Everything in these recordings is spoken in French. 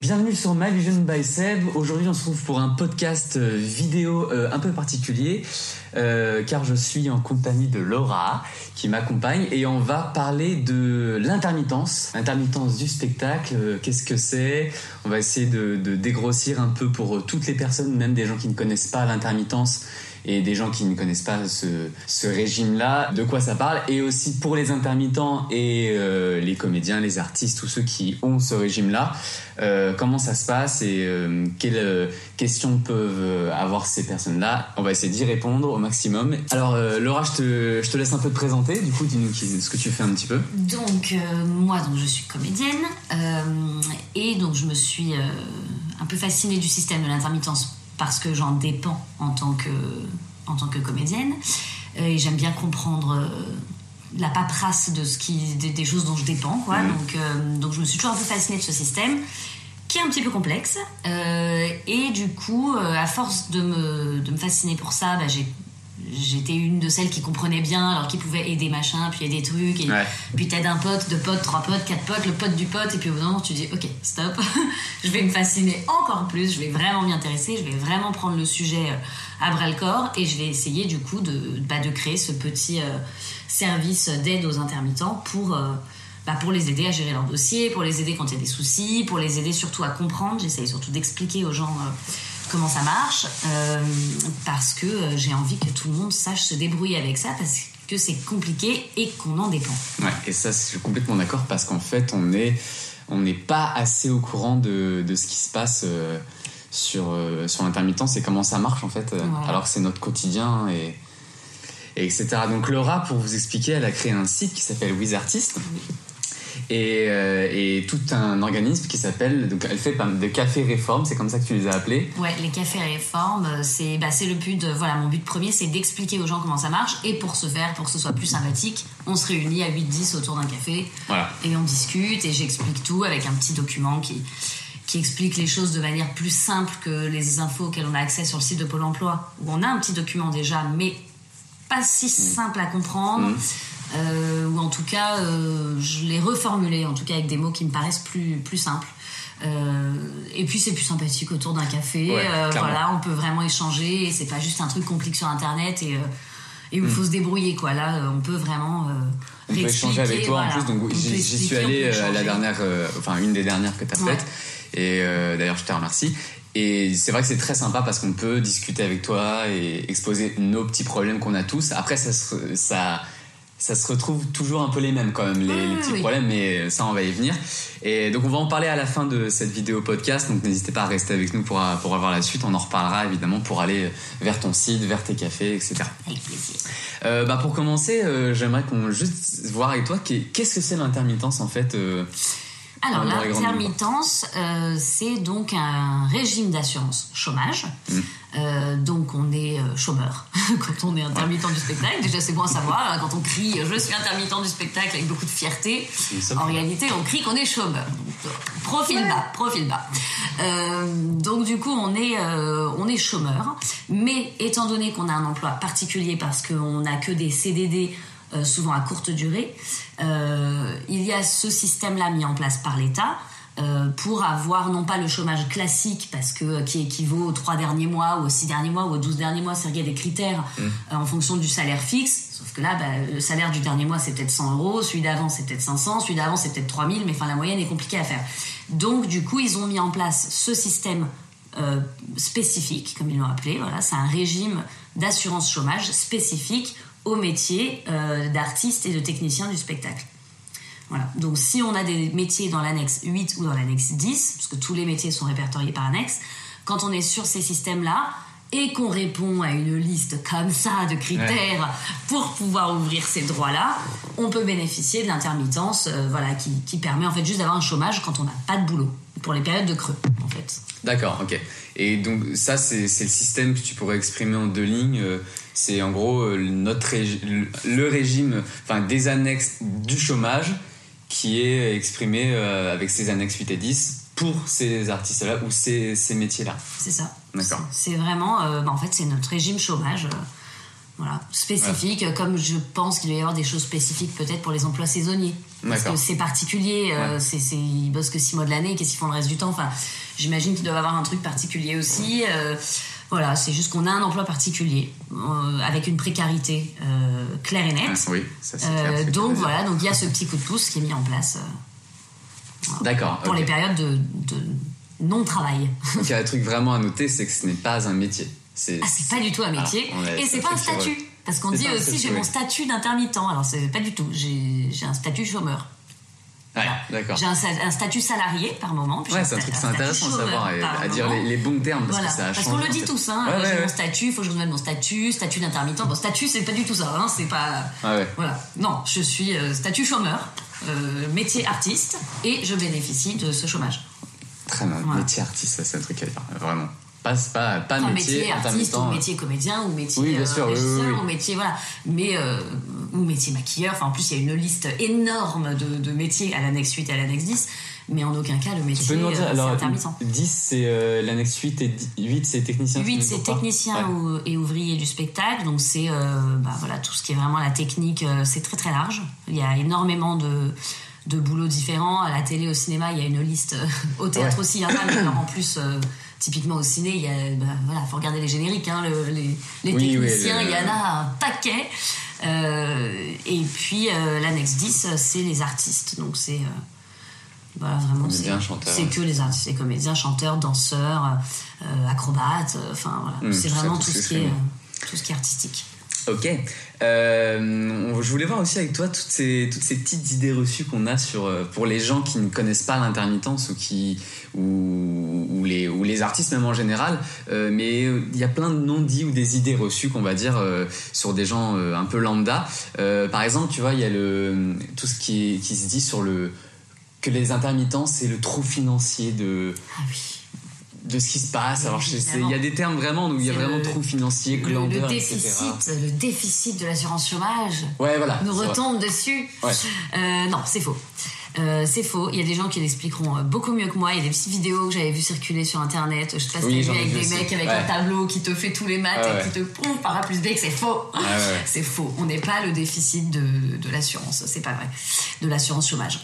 Bienvenue sur My Vision by Seb. Aujourd'hui, on se retrouve pour un podcast vidéo un peu particulier car je suis en compagnie de Laura qui m'accompagne et on va parler de l'intermittence du spectacle. Qu'est-ce que c'est ? On va essayer de dégrossir un peu pour toutes les personnes, même des gens qui ne connaissent pas l'intermittence et des gens qui ne connaissent pas ce régime-là, de quoi ça parle, et aussi pour les intermittents et les comédiens, les artistes, tous ceux qui ont ce régime-là, comment ça se passe et quelles questions peuvent avoir ces personnes-là. On va essayer d'y répondre au maximum. Alors Laura, je te laisse un peu te présenter, du coup dis-nous ce que tu fais un petit peu. Donc moi je suis comédienne et donc je me suis un peu fascinée du système de l'intermittence parce que j'en dépends en tant que comédienne et j'aime bien comprendre la paperasse des choses dont je dépends, quoi. Donc je me suis toujours un peu fascinée de ce système qui est un petit peu complexe et du coup à force de me fasciner pour ça, j'étais une de celles qui comprenait bien, alors qui pouvait aider machin, puis aider des trucs, et puis t'aides un pote, 2 potes, 3 potes, 4 potes, le pote du pote, et puis au bout d'un moment tu dis ok, stop, je vais me fasciner encore plus, je vais vraiment m'y intéresser, je vais vraiment prendre le sujet à bras le corps, et je vais essayer du coup de créer ce petit service d'aide aux intermittents pour les aider à gérer leur dossier, pour les aider quand il y a des soucis, pour les aider surtout à comprendre. J'essaye surtout d'expliquer aux gens comment ça marche, parce que j'ai envie que tout le monde sache se débrouiller avec ça, parce que c'est compliqué et qu'on en dépend. Ouais, et ça, je suis complètement d'accord, parce qu'en fait, on n'est pas assez au courant de ce qui se passe sur l'intermittence et comment ça marche, en fait, alors que c'est notre quotidien et etc. Donc Laura, pour vous expliquer, elle a créé un site qui s'appelle WizArtist. Oui. Et tout un organisme qui s'appelle, donc elle fait de cafés réformes, c'est comme ça que tu les as appelés. Ouais, les cafés réformes, c'est le but. Mon but premier, c'est d'expliquer aux gens comment ça marche, et pour ce soit plus sympathique, on se réunit à 8-10 autour d'un café, et on discute, et j'explique tout avec un petit document qui explique les choses de manière plus simple que les infos auxquelles on a accès sur le site de Pôle emploi, où on a un petit document déjà, mais pas si simple à comprendre. Ou en tout cas je l'ai reformulé en tout cas avec des mots qui me paraissent plus simples, et puis c'est plus sympathique autour d'un café, on peut vraiment échanger et c'est pas juste un truc qu'on clique sur internet et où il faut se débrouiller, quoi. Là on peut vraiment on peut échanger avec toi en plus, donc j'y suis allé à la dernière, une des dernières que tu as faites, et d'ailleurs je te remercie. Et c'est vrai que c'est très sympa parce qu'on peut discuter avec toi et exposer nos petits problèmes qu'on a tous. Après ça se retrouve toujours un peu les mêmes quand même, les petits problèmes, mais ça on va y venir. Et donc on va en parler à la fin de cette vidéo podcast, donc n'hésitez pas à rester avec nous pour avoir la suite. On en reparlera évidemment pour aller vers ton site, vers tes cafés, etc. Avec plaisir. Pour commencer, j'aimerais qu'on juste voir avec toi qu'est-ce que c'est l'intermittence en fait. Alors l'intermittence, c'est donc un régime d'assurance chômage. Donc on est chômeur quand on est intermittent du spectacle. Déjà c'est bon à savoir, quand on crie je suis intermittent du spectacle avec beaucoup de fierté, en réalité on crie qu'on est chômeur. Profil bas. Donc du coup on est chômeur, mais étant donné qu'on a un emploi particulier parce qu'on n'a que des CDD souvent à courte durée, il y a ce système-là mis en place par l'État pour avoir non pas le chômage classique qui équivaut aux 3 derniers mois ou aux 6 derniers mois ou aux 12 derniers mois, c'est-à-dire qu'il y a des critères en fonction du salaire fixe, sauf que là le salaire du dernier mois c'est peut-être 100 €, celui d'avant c'est peut-être 500, celui d'avant c'est peut-être 3000, mais la moyenne est compliquée à faire. Donc du coup ils ont mis en place ce système spécifique, comme ils l'ont appelé, c'est un régime d'assurance chômage spécifique au métier d'artiste et de technicien du spectacle. Voilà. Donc si on a des métiers dans l'annexe 8 ou dans l'annexe 10, parce que tous les métiers sont répertoriés par annexe, quand on est sur ces systèmes-là et qu'on répond à une liste comme ça de critères pour pouvoir ouvrir ces droits-là, on peut bénéficier de l'intermittence qui permet en fait juste d'avoir un chômage quand on n'a pas de boulot, pour les périodes de creux en fait. D'accord, ok. Et donc ça c'est le système que tu pourrais exprimer en 2 lignes. C'est en gros le régime des annexes du chômage qui est exprimé avec ces annexes 8 et 10 pour ces artistes-là ou ces métiers-là. C'est ça. D'accord. C'est vraiment, en fait, c'est notre régime chômage Voilà, spécifique, comme je pense qu'il doit y avoir des choses spécifiques peut-être pour les emplois saisonniers. Parce que c'est particulier, ils bossent que 6 mois de l'année, qu'est-ce qu'ils font le reste du temps? Enfin, j'imagine qu'ils doivent avoir un truc particulier aussi. Voilà, c'est juste qu'on a un emploi particulier, avec une précarité claire et nette. Oui, ça c'est clair. Donc voilà, donc il y a ce petit coup de pouce qui est mis en place. D'accord. Pour les périodes de non-travail. Donc il y a un truc vraiment à noter, c'est que ce n'est pas un métier. C'est pas du tout un métier. Et c'est pas un statut. Parce qu'on dit aussi j'ai mon statut d'intermittent. Alors c'est pas du tout. J'ai un statut chômeur. Ouais, d'accord. J'ai un statut salarié par moment. Ouais, c'est un truc, c'est intéressant à savoir et à dire les bons termes parce que ça a changé. Parce qu'on le dit tous, hein. J'ai mon statut, il faut que je renouvelle mon statut d'intermittent. Bon, statut, c'est pas du tout ça, hein. C'est pas. Voilà. Non, je suis statut chômeur, métier artiste, et je bénéficie de ce chômage. Très mal. Voilà. Métier artiste, ça, c'est un truc à dire, vraiment. Pas métier artiste ou métier comédien ou métier régisseur ou métier mais ou métier maquilleur. Enfin en plus il y a une liste énorme de métiers à l'annexe 8 et à l'annexe 10, mais en aucun cas le métier c'est intermittent. 10 c'est l'annexe 8 et 8 c'est technicien. 8 c'est technicien et ouvrier du spectacle, donc c'est voilà tout ce qui est vraiment la technique, c'est très très large. Il y a énormément de boulots différents, à la télé, au cinéma, il y a une liste, au théâtre aussi, il y en a, mais alors en plus, typiquement au ciné, il y a, faut regarder les génériques, hein, les techniciens, il y en a un paquet. Et puis, l'annexe 10, c'est les artistes, donc c'est, vraiment, c'est que les artistes, les comédiens, chanteurs, danseurs, acrobates, c'est vraiment tout ce qui est artistique. Ok. Je voulais voir aussi avec toi toutes ces petites idées reçues qu'on a pour les gens qui ne connaissent pas l'intermittence ou les artistes même en général. Mais il y a plein de non-dits ou des idées reçues qu'on va dire sur des gens un peu lambda. Par exemple, tu vois, il y a tout ce qui se dit sur que les intermittents, c'est le trou financier de ce qui se passe. Alors il y a des termes vraiment où il y a vraiment trou financier, glandeur, etc. Le déficit de l'assurance chômage nous retombe dessus. Non, c'est faux. C'est faux. Il y a des gens qui l'expliqueront beaucoup mieux que moi. Il y a des petites vidéos que j'avais vues circuler sur internet. Je sais pas si t'as vu avec des mecs avec un tableau qui te fait tous les maths et qui te prouve par A plus B que c'est faux. C'est faux. On n'est pas le déficit de l'assurance. C'est pas vrai. De l'assurance chômage.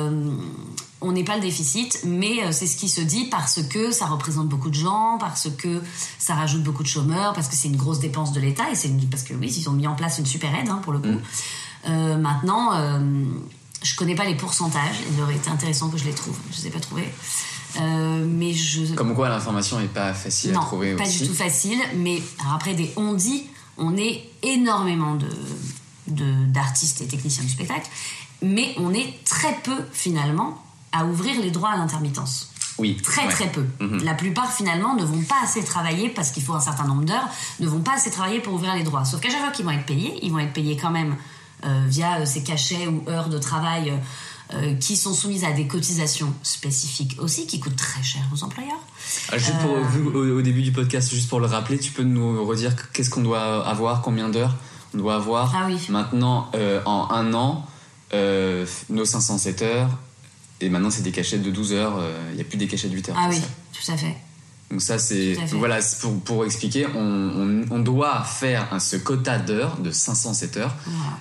On n'est pas le déficit, mais c'est ce qui se dit parce que ça représente beaucoup de gens, parce que ça rajoute beaucoup de chômeurs, parce que c'est une grosse dépense de l'État et parce que ils ont mis en place une super aide pour le coup. Maintenant. Je connais pas les pourcentages, il aurait été intéressant que je les trouve. Je les ai pas trouvés. Mais Comme quoi l'information est pas facile à trouver aussi. Non, pas du tout facile. Mais alors après on est énormément d'artistes et techniciens du spectacle, mais on est très peu finalement à ouvrir les droits à l'intermittence. Oui. Très peu. La plupart finalement ne vont pas assez travailler parce qu'il faut un certain nombre d'heures, ne vont pas assez travailler pour ouvrir les droits. Sauf qu'à chaque fois qu'ils vont être payés, ils vont être payés quand même via ces cachets ou heures de travail qui sont soumises à des cotisations spécifiques aussi, qui coûtent très cher aux employeurs. Juste au début du podcast, juste pour le rappeler, tu peux nous redire qu'est-ce qu'on doit avoir, combien d'heures on doit avoir maintenant en un an, nos 507 heures, et maintenant c'est des cachets de 12 heures, il n'y a plus des cachets de 8 heures. Ah oui, tout à fait. Donc ça c'est voilà, pour expliquer, on doit faire ce quota d'heures de 507 heures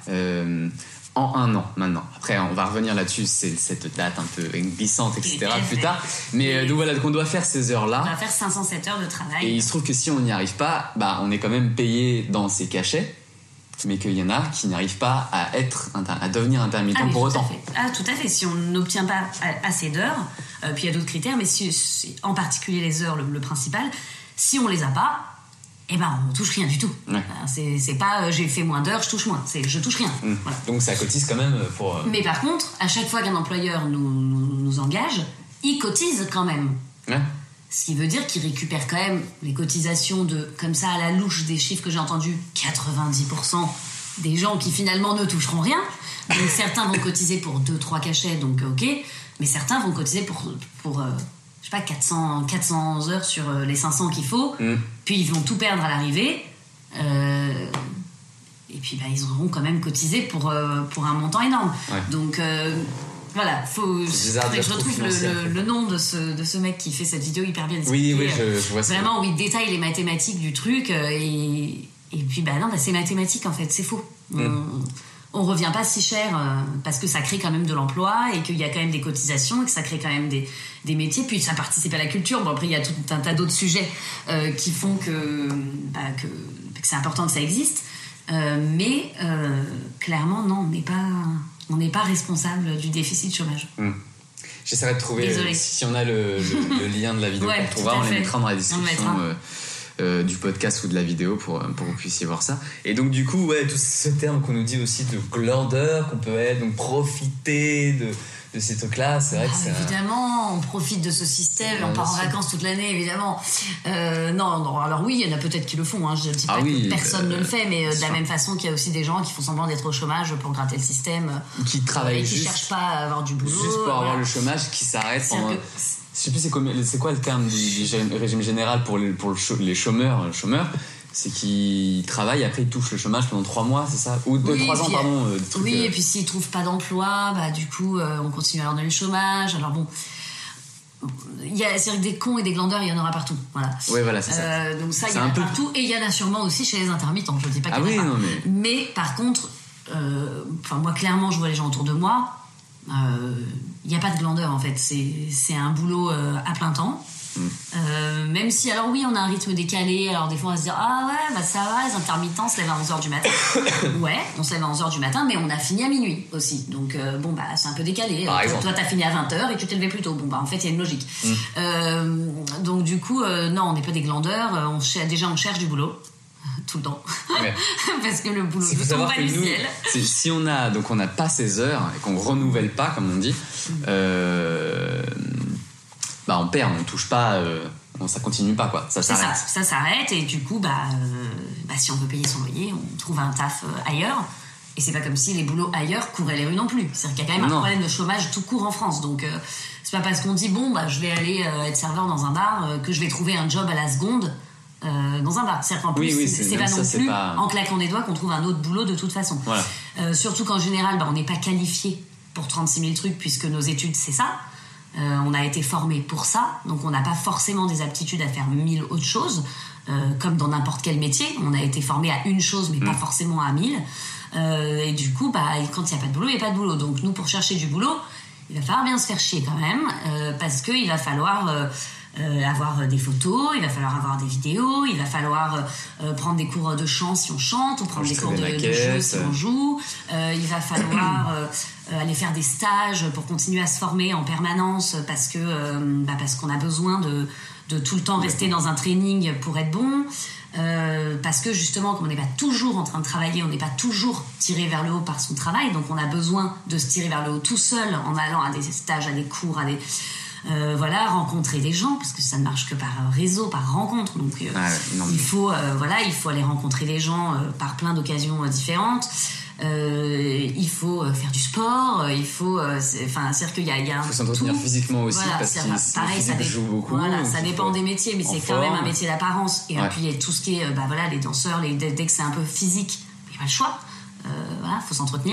en un an maintenant. Après on va revenir là-dessus, c'est cette date un peu glissante etc. plus tard. Mais donc voilà, donc on doit faire ces heures-là. On va faire 507 heures de travail. Et il se trouve que si on n'y arrive pas, on est quand même payé dans ces cachets, mais qu'il y en a qui n'arrivent pas à devenir intermittents pour autant. Tout à fait. Si on n'obtient pas assez d'heures, puis il y a d'autres critères, mais en particulier les heures, le principal, si on les a pas, on touche rien du tout. C'est pas j'ai fait moins d'heures, je touche moins. C'est je touche rien. Voilà. Donc ça cotise quand même pour. Mais par contre, à chaque fois qu'un employeur nous engage, il cotise quand même. Ce qui veut dire qu'il récupère quand même les cotisations comme ça à la louche des chiffres que j'ai entendus, 90% des gens qui finalement ne toucheront rien. Donc certains vont cotiser pour 2-3 cachets, donc ok, mais certains vont cotiser pour je sais pas, 400 heures sur les 500 qu'il faut, puis ils vont tout perdre à l'arrivée, et puis ils auront quand même cotisé pour un montant énorme. Donc voilà, faudrait que je retrouve le nom de ce mec qui fait cette vidéo hyper bien expliquée. Oui, je vois ça. Vraiment, où il détaille les mathématiques du truc et Et puis, non, c'est mathématique, en fait, c'est faux. On revient pas si cher parce que ça crée quand même de l'emploi et qu'il y a quand même des cotisations et que ça crée quand même des métiers, puis ça participe à la culture. Bon, après il y a tout un tas d'autres sujets qui font que c'est important que ça existe, mais clairement non, on n'est pas responsable du déficit chômage. J'essaierai de trouver si on a le lien de la vidéo qu'on trouvera, on les mettra dans la description du podcast ou de la vidéo pour que vous puissiez voir ça. Et donc du coup tout ce terme qu'on nous dit aussi de glandeur, qu'on peut être, donc profiter de ces trucs là, c'est vrai que c'est évidemment on profite de ce système, on part en vacances toute l'année évidemment. Non, alors oui, il y en a peut-être qui le font, hein. Je dis pas que personne ne le fait, mais de la même façon qu'il y a aussi des gens qui font semblant d'être au chômage pour gratter le système, qui travaillent et qui cherchent pas à avoir du boulot juste pour avoir le chômage, qui s'arrête pendant... Je sais plus c'est quoi le terme du régime général pour les chômeurs. C'est qu'ils travaillent, après ils touchent le chômage pendant 3 mois, c'est ça? Ou 3 ans, pardon. Et puis s'ils trouvent pas d'emploi, du coup on continue à leur donner le chômage. Alors bon, c'est vrai que des cons et des glandeurs, il y en aura partout. Voilà. Oui, voilà, c'est ça. Donc ça, il y en a partout, et il y en a sûrement aussi chez les intermittents. Je dis pas qu'il y en a pas. Mais par contre, moi clairement, je vois les gens autour de moi. Il n'y a pas de glandeur en fait, c'est un boulot à plein temps. Même si, alors oui, on a un rythme décalé, alors des fois on va se dire ça va, les intermittents se lèvent à 11h du matin. Ouais, on se lève à 11h du matin, mais on a fini à minuit aussi, donc c'est un peu décalé. Toi t'as fini à 20h et tu t'es levé plus tôt, en fait il y a une logique. Donc du coup non, on n'est pas des glandeurs, on cherche du boulot tout le temps. Parce que le boulot ne tombe pas du ciel. Si on n'a pas ces heures et qu'on renouvelle pas, comme on dit, on perd, on touche pas, ça continue pas, quoi. Ça s'arrête. Ça s'arrête, et du coup si on veut payer son loyer, on trouve un taf ailleurs. Et c'est pas comme si les boulots ailleurs couraient les rues non plus. C'est-à-dire qu'il y a quand même un problème de chômage tout court en France. Donc c'est pas parce qu'on dit je vais aller être serveur dans un bar que je vais trouver un job à la seconde dans un bar. C'est-à-dire qu'en plus c'est pas non plus en claquant des doigts qu'on trouve un autre boulot de toute façon. Voilà. Surtout qu'en général on n'est pas qualifié pour 36 000 trucs, puisque nos études c'est ça. On a été formé pour ça, donc on n'a pas forcément des aptitudes à faire 1000 autres choses, comme dans n'importe quel métier. On a été formé à une chose, mais pas forcément à 1000. Et du coup, quand il n'y a pas de boulot, il n'y a pas de boulot. Donc nous, pour chercher du boulot, il va falloir bien se faire chier quand même, parce qu'il va falloir avoir des photos, il va falloir avoir des vidéos, il va falloir prendre des cours de chant si on chante, ou prendre des cours de jeu si on joue, il va falloir aller faire des stages pour continuer à se former en permanence, parce qu'on a besoin de tout le temps rester dans un training pour être bon, parce que justement, comme on n'est pas toujours en train de travailler, on n'est pas toujours tiré vers le haut par son travail, donc on a besoin de se tirer vers le haut tout seul en allant à des stages, à des cours, à des... rencontrer des gens, parce que ça ne marche que par réseau, par rencontre. Donc il faut aller rencontrer des gens par plein d'occasions différentes. Il faut faire du sport, c'est-à-dire qu'il y a faut s'entretenir physiquement aussi, parce que pareil, ça joue beaucoup. Voilà, ça dépend des métiers, mais c'est quand même un métier d'apparence. Et puis il y a tout ce qui est les danseurs, dès que c'est un peu physique, il n'y a pas le choix. Faut s'entretenir.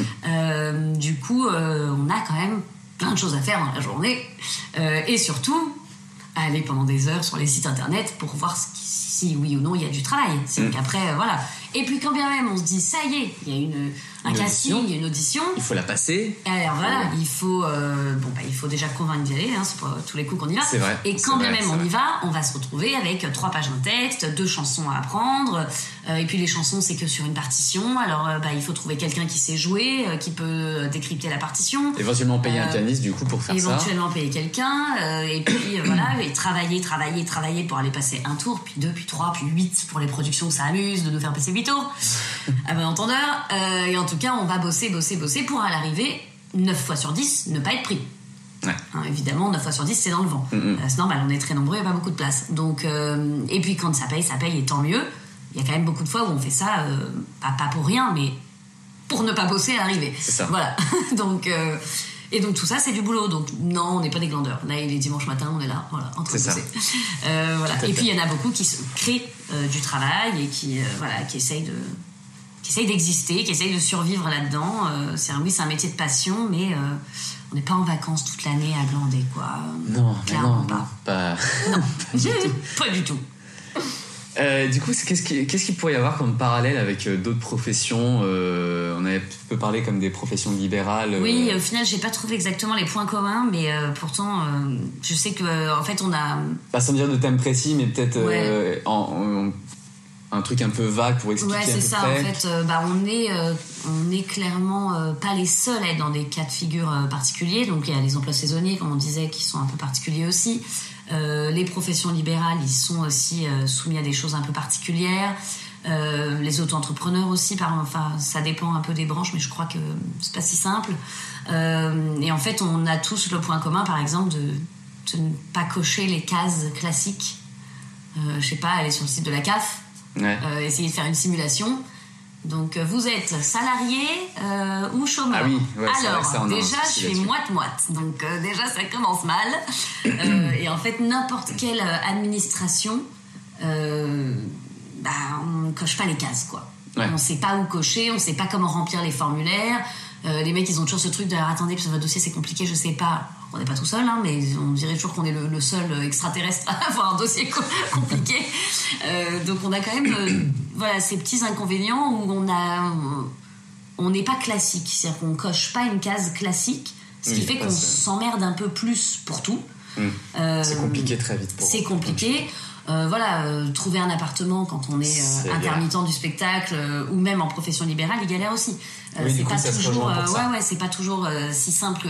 Du coup, on a quand même plein de choses à faire dans la journée, et surtout aller pendant des heures sur les sites internet pour voir si oui ou non il y a du travail. C'est qu'après et puis quand bien même on se dit ça y est, il y a un casting, il y a une audition, il faut la passer. Alors il faut déjà convaincre d'y aller, c'est pas tous les coups qu'on y va. C'est vrai. Et quand bien même on y va, on va se retrouver avec 3 pages d'un texte, 2 chansons à apprendre, et puis les chansons c'est que sur une partition. Alors il faut trouver quelqu'un qui sait jouer, qui peut décrypter la partition. Éventuellement payer un pianiste du coup pour faire ça. Éventuellement payer quelqu'un, et puis et travailler pour aller passer un tour, puis 2, puis 3, puis 8 pour les productions que ça amuse de nous faire passer 8 tours à bon entendeur. Et en tout cas on va bosser pour à l'arrivée 9 fois sur 10 ne pas être pris. Évidemment 9 fois sur 10 c'est dans le vent. C'est normal, on est très nombreux, il n'y a pas beaucoup de place, donc et puis quand ça paye et tant mieux. Il y a quand même beaucoup de fois où on fait ça pas pour rien, mais pour ne pas bosser à l'arrivée. C'est ça. Voilà. Donc et donc tout ça c'est du boulot, donc non, on n'est pas des glandeurs. Là il est dimanche matin, on est là en train de bosser. Et puis il y en a beaucoup qui se créent du travail et qui essayent d'exister, qui essayent de survivre là-dedans. C'est un métier de passion, mais on n'est pas en vacances toute l'année à glander, quoi. Non, clairement pas du tout. Du coup, qu'est-ce qu'il pourrait y avoir comme parallèle avec d'autres professions on avait un peu parlé comme des professions libérales. Oui, au final, j'ai pas trouvé exactement les points communs, mais pourtant, je sais que en fait, on a. Pas sans dire de thème précis, mais peut-être un truc un peu vague pour expliquer. Ouais, c'est ça. Près. En fait, on est clairement pas les seuls à être dans des cas de figure particuliers. Donc, il y a les emplois saisonniers, comme on disait, qui sont un peu particuliers aussi. Les professions libérales, ils sont aussi soumis à des choses un peu particulières. Les auto-entrepreneurs aussi, enfin, ça dépend un peu des branches, mais je crois que c'est pas si simple. Et en fait, on a tous le point commun, par exemple, de ne pas cocher les cases classiques. Je sais pas, aller sur le site de la CAF, essayer de faire une simulation. Donc, vous êtes salarié ou chômeur? Ah oui, alors, déjà, je suis moite-moite. Donc, déjà, ça commence mal. Et en fait, n'importe quelle administration, on coche pas les cases, quoi. Ouais. On sait pas où cocher, on sait pas comment remplir les formulaires. Les mecs, ils ont toujours ce truc de attendez, parce que votre dossier, c'est compliqué, je sais pas. On n'est pas tout seul, hein, mais on dirait toujours qu'on est le seul extraterrestre à avoir un dossier compliqué. Donc on a quand même ces petits inconvénients où on n'est pas classique, c'est-à-dire qu'on coche pas une case classique, ce qui fait qu'on s'emmerde un peu plus pour tout. C'est compliqué très vite. C'est compliqué. Trouver un appartement quand on est intermittent du spectacle ou même en profession libérale, il galère aussi. C'est pas toujours si simple.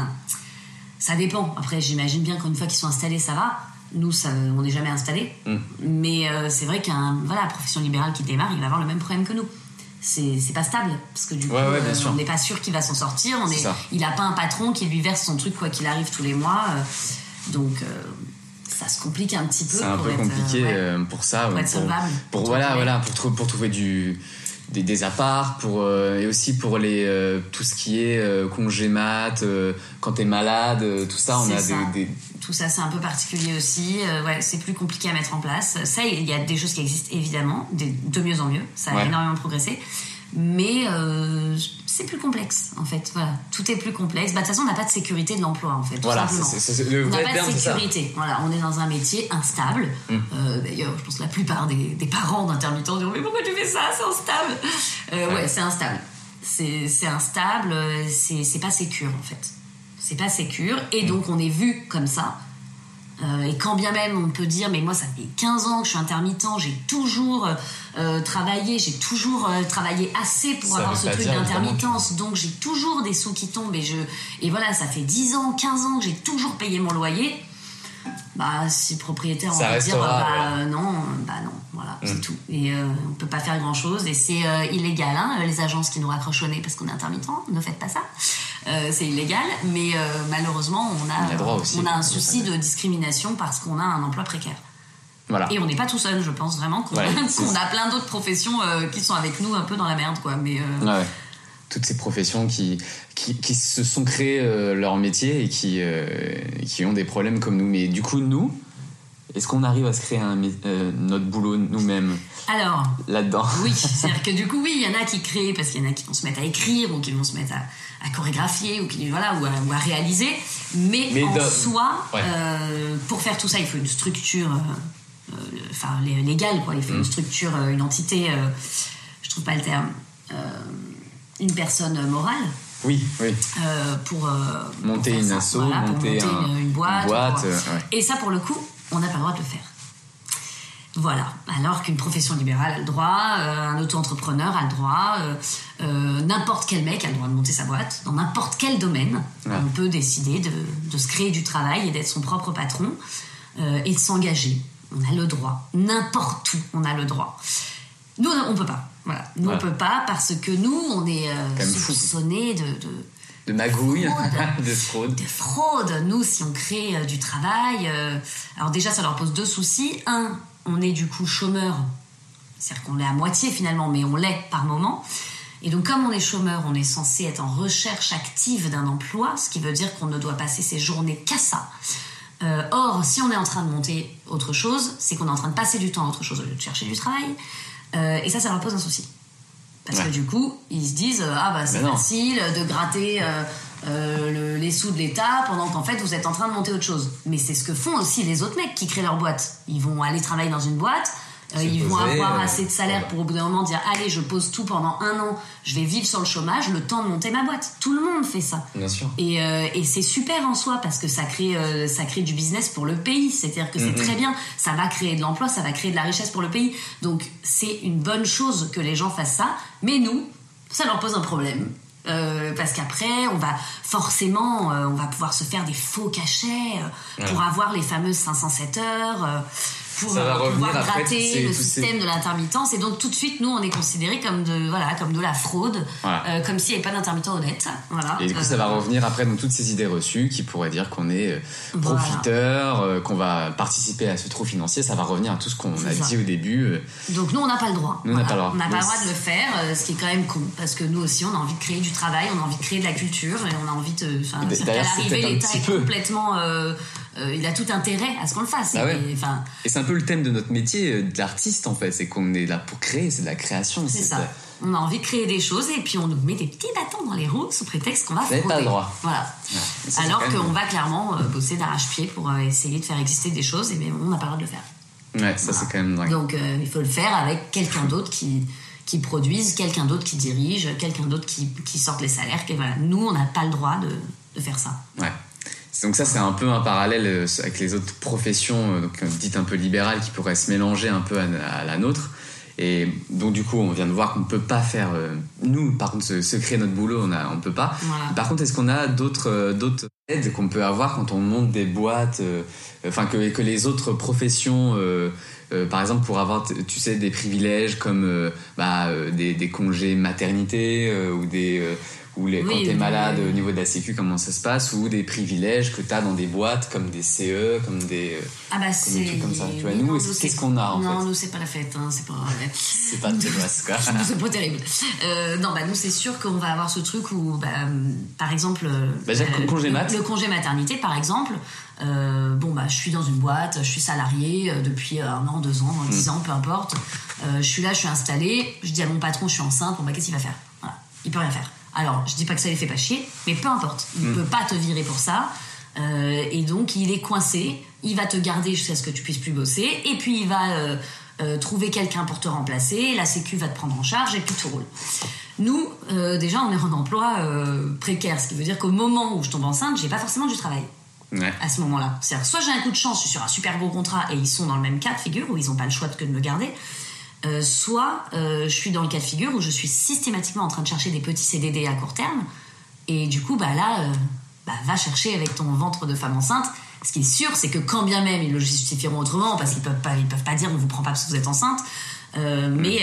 Ça dépend. Après, j'imagine bien qu'une fois qu'ils sont installés, ça va. Nous, on n'est jamais installés. Mais c'est vrai qu'un profession libérale qui démarre, il va avoir le même problème que nous. C'est pas stable parce que du coup, on n'est pas sûr qu'il va s'en sortir. Il a pas un patron qui lui verse son truc quoi qu'il arrive tous les mois. Donc ça se complique un petit peu. C'est un peu compliqué pour ça. Pour être solvable. Pour trouver des apparts, et aussi pour tout ce qui est congé mat, quand t'es malade, tout ça, Tout ça, c'est un peu particulier aussi. C'est plus compliqué à mettre en place. Ça, il y a des choses qui existent évidemment, de mieux en mieux. Ça a énormément progressé. Mais c'est plus complexe en fait. Voilà, tout est plus complexe. De toute façon, on n'a pas de sécurité de l'emploi en fait. Voilà, on n'a pas de sécurité. Voilà, on est dans un métier instable. D'ailleurs, je pense que la plupart des parents d'intermittents diront mais pourquoi tu fais ça? C'est instable. C'est instable. C'est instable. C'est pas sécure en fait. C'est pas sécure et donc on est vu comme ça. Et quand bien même on peut dire mais moi ça fait 15 ans que je suis intermittent, j'ai toujours travaillé, j'ai toujours travaillé assez pour avoir ce truc d'intermittence, donc j'ai toujours des sous qui tombent et voilà, ça fait 10 ans, 15 ans que j'ai toujours payé mon loyer. Si le propriétaire on va dire non, voilà, c'est tout. Et on peut pas faire grand chose et c'est illégal, hein, les agences qui nous raccrochent au nez parce qu'on est intermittent, ne faites pas ça. C'est illégal, mais malheureusement on a un souci de discrimination parce qu'on a un emploi précaire. Voilà. Et on n'est pas tout seul, je pense vraiment qu'on a plein d'autres professions qui sont avec nous un peu dans la merde, quoi. Mais toutes ces professions qui se sont créées leur métier et qui ont des problèmes comme nous. Mais du coup, nous, est-ce qu'on arrive à se créer notre boulot nous-mêmes? Alors, là-dedans. Oui, c'est-à-dire que du coup, oui, il y en a qui créent parce qu'il y en a qui vont se mettre à écrire ou qui vont se mettre à chorégraphier ou à réaliser. Mais en soi, pour faire tout ça, il faut une structure légale, quoi. Il faut une structure, une entité, je trouve pas le terme, une personne morale. Oui. Pour monter une asso, monter une boîte. Et ça, pour le coup, on n'a pas le droit de le faire. Voilà. Alors qu'une profession libérale a le droit, un auto-entrepreneur a le droit, n'importe quel mec a le droit de monter sa boîte, dans n'importe quel domaine. On peut décider de se créer du travail et d'être son propre patron et de s'engager. On a le droit. N'importe où, on a le droit. Nous, on peut pas. Voilà. Nous, on peut pas parce que nous, on est soupçonnés de magouille, de fraude. Nous, si on crée du travail, alors déjà, ça leur pose deux soucis. Un, on est du coup chômeur, c'est-à-dire qu'on l'est à moitié finalement, mais on l'est par moment. Et donc, comme on est chômeur, on est censé être en recherche active d'un emploi, ce qui veut dire qu'on ne doit passer ses journées qu'à ça. Or, si on est en train de monter autre chose, c'est qu'on est en train de passer du temps à autre chose au lieu de chercher du travail. Et ça leur pose un souci. Parce que du coup, ils se disent c'est facile de gratter les sous de l'État pendant qu'en fait vous êtes en train de monter autre chose. Mais c'est ce que font aussi les autres mecs qui créent leur boîte. Ils vont aller travailler dans une boîte, Ils vont avoir assez de salaire pour au bout d'un moment dire allez, je pose tout pendant 1 an, je vais vivre sur le chômage, le temps de monter ma boîte. Tout le monde fait ça. Bien sûr. Et c'est super en soi parce que ça crée du business pour le pays. C'est-à-dire que c'est très bien. Ça va créer de l'emploi, ça va créer de la richesse pour le pays. Donc c'est une bonne chose que les gens fassent ça. Mais nous, ça leur pose un problème. Parce qu'après on va forcément on va pouvoir se faire des faux cachets pour avoir les fameuses 507 heures pour pouvoir gratter le système de l'intermittence, et donc tout de suite nous on est considérés comme de la fraude, comme s'il n'y avait pas d'intermittent honnête, et du coup ça va revenir après dans toutes ces idées reçues qui pourraient dire qu'on est profiteur, qu'on va participer à ce trou financier. Ça va revenir à tout ce qu'on a dit au début. Donc nous on n'a pas le droit, on n'a pas le droit de le faire, ce qui est quand même con, parce que nous aussi on a envie de créer du travail, on a envie de créer de la culture, et on a envie de qu'à l'arrivée l'État est complètement il a tout intérêt à ce qu'on le fasse. Et c'est un peu le thème de notre métier de l'artiste en fait, c'est qu'on est là pour créer, c'est de la création. C'est ça. On a envie de créer des choses et puis on nous met des petits bâtons dans les roues sous prétexte qu'on va frauder. Pas le droit. Voilà. Alors qu'on va clairement bosser d'arrache-pied pour essayer de faire exister des choses, mais on n'a pas le droit de le faire. Ça c'est quand même dingue. Donc il faut le faire avec quelqu'un d'autre qui produise, quelqu'un d'autre qui dirige, quelqu'un d'autre qui sorte les salaires. Nous on n'a pas le droit de faire ça. Donc ça c'est un peu un parallèle avec les autres professions dites un peu libérales qui pourraient se mélanger un peu à la nôtre. Et donc du coup on vient de voir qu'on ne peut pas faire nous par contre se créer notre boulot, on ne peut pas. Par contre, est-ce qu'on a d'autres aides qu'on peut avoir quand on monte des boîtes, que les autres professions par exemple pour avoir tu sais des privilèges comme des congés maternité ou quand t'es malade au niveau de la sécu, comment ça se passe, ou des privilèges que t'as dans des boîtes comme des CE, comme des trucs comme ça. Tu vois, nous, qu'est-ce qu'on a en fait? Non, nous c'est pas la fête, c'est pas vrai. C'est pas de masse quoi. C'est pas terrible. Nous c'est sûr qu'on va avoir ce truc où, par exemple, le congé maternité par exemple. Je suis dans une boîte, je suis salariée depuis 1 an, 2 ans, 10 ans, peu importe. Je suis là, je suis installée. Je dis à mon patron, je suis enceinte. Qu'est-ce qu'il va faire? Il peut rien faire. Alors, je dis pas que ça les fait pas chier, mais peu importe. Il peut pas te virer pour ça. Et donc, il est coincé. Il va te garder jusqu'à ce que tu puisses plus bosser. Et puis, il va trouver quelqu'un pour te remplacer. La sécu va te prendre en charge et puis tout roule. Nous, déjà, on est en emploi précaire. Ce qui veut dire qu'au moment où je tombe enceinte, j'ai pas forcément du travail. À ce moment-là. C'est-à-dire, soit j'ai un coup de chance, je suis sur un super gros contrat et ils sont dans le même cas de figure où ils n'ont pas le choix que de me garder. Soit je suis dans le cas de figure où je suis systématiquement en train de chercher des petits CDD à court terme, et du coup va chercher avec ton ventre de femme enceinte. Ce qui est sûr, c'est que quand bien même ils le justifieront autrement, parce qu'ils peuvent pas dire on vous prend pas parce que vous êtes enceinte, mais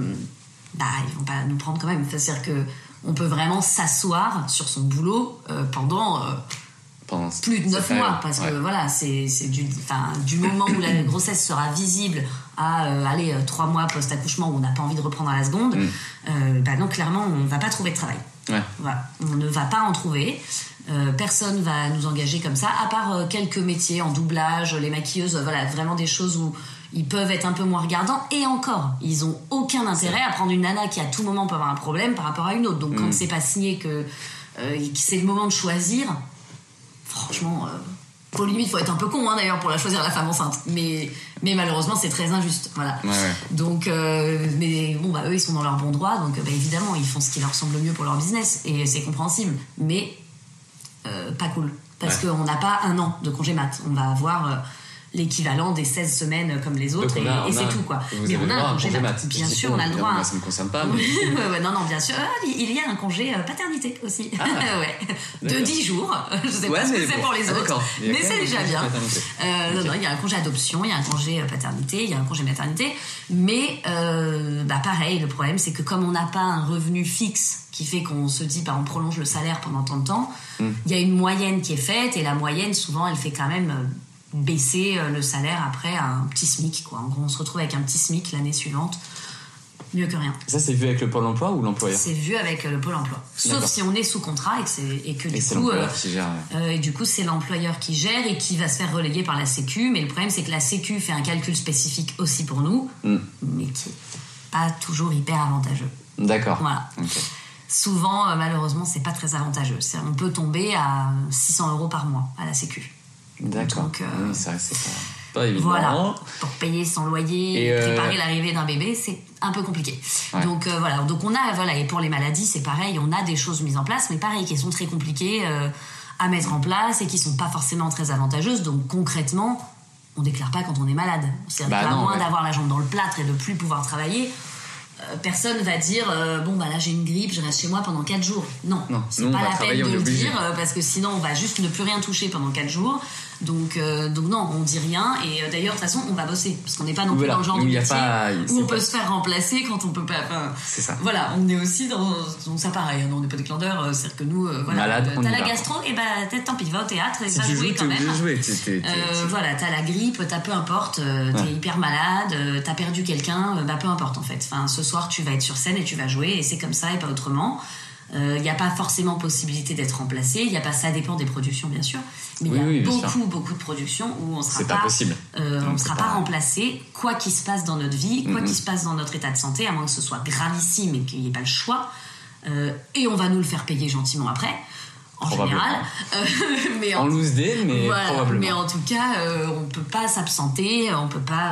ils vont pas nous prendre quand même. C'est-à-dire que on peut vraiment s'asseoir sur son boulot pendant plus de 9 mois, parce que c'est du moment où la grossesse sera visible à 3 mois post-accouchement où on n'a pas envie de reprendre à la seconde. Donc clairement on ne va pas trouver de travail. On ne va pas en trouver. Personne va nous engager comme ça, à part quelques métiers en doublage, les maquilleuses, vraiment des choses où ils peuvent être un peu moins regardants, et encore ils ont aucun intérêt à prendre une nana qui à tout moment peut avoir un problème par rapport à une autre. Donc quand c'est pas signé que c'est le moment de choisir, franchement, pour limite, faut être un peu con d'ailleurs pour la choisir, la femme enceinte. Mais malheureusement, c'est très injuste. Donc, eux, ils sont dans leur bon droit. Donc, évidemment, ils font ce qui leur semble le mieux pour leur business. Et c'est compréhensible. Mais pas cool. Parce qu'on n'a pas 1 an de congé mat. On va avoir l'équivalent des 16 semaines comme les autres, et c'est tout quoi. Mais on a un congé mat. Bien sûr, on a le droit. Moi, ça me concerne pas. Mais... non, bien sûr. Il y a un congé paternité aussi. De 10 jours. Je sais pas ce que c'est pour les autres, mais c'est déjà bien. Il y a un congé adoption, il y a un congé paternité, il y a un congé maternité. Mais pareil, le problème c'est que comme on n'a pas un revenu fixe qui fait qu'on se dit on prolonge le salaire pendant tant de temps, il y a une moyenne qui est faite, et la moyenne souvent elle fait quand même baisser le salaire après à un petit SMIC quoi. En gros, on se retrouve avec un petit SMIC l'année suivante, mieux que rien. Ça, c'est vu avec le Pôle emploi ou l'employeur? C'est vu avec le Pôle emploi. Sauf si on est sous contrat et que du coup qui gère, et du coup c'est l'employeur qui gère et qui va se faire reléguer par la Sécu. Mais le problème c'est que la Sécu fait un calcul spécifique aussi pour nous, mais qui est pas toujours hyper avantageux. D'accord. Okay. Souvent, malheureusement, c'est pas très avantageux. On peut tomber à 600 € par mois à la Sécu. D'accord. Donc, oui, c'est vrai, c'est pas... pas évident. Voilà, pour payer son loyer, et préparer l'arrivée d'un bébé, c'est un peu compliqué. Ouais. Donc voilà, donc on a, et pour les maladies, c'est pareil, on a des choses mises en place, mais pareil, qui sont très compliquées à mettre en place et qui sont pas forcément très avantageuses. Donc concrètement, on déclare pas quand on est malade. C'est-à-dire qu'à moins d'avoir la jambe dans le plâtre et de plus pouvoir travailler, personne va dire là j'ai une grippe, je reste chez moi pendant 4 jours. Non, c'est pas la peine de le dire parce que sinon on va juste ne plus rien toucher pendant 4 jours. Donc non, on dit rien. Et d'ailleurs de toute façon on va bosser parce qu'on n'est pas non plus dans le genre de métier où on peut se faire remplacer quand on peut pas. C'est ça. Voilà, on est aussi dans ça pareil. On n'est pas des clandeurs, c'est-à-dire que nous malade, t'as la gastro et tant pis, va au théâtre et si va jouer quand même. Voilà, t'as la grippe, t'as peu importe, t'es hyper malade, t'as perdu quelqu'un, peu importe en fait. Enfin, ce soir tu vas être sur scène et tu vas jouer et c'est comme ça et pas autrement. Il n'y a pas forcément possibilité d'être remplacé. Il y a pas, ça dépend des productions bien sûr, mais il y a beaucoup de productions où on sera on sera pas remplacé quoi qu'il se passe dans notre vie, quoi qu'il se passe dans notre état de santé, à moins que ce soit gravissime et qu'il n'y ait pas le choix. Et on va nous le faire payer gentiment après. En général, mais en loose day, mais probablement. Mais en tout cas, on peut pas s'absenter, on peut pas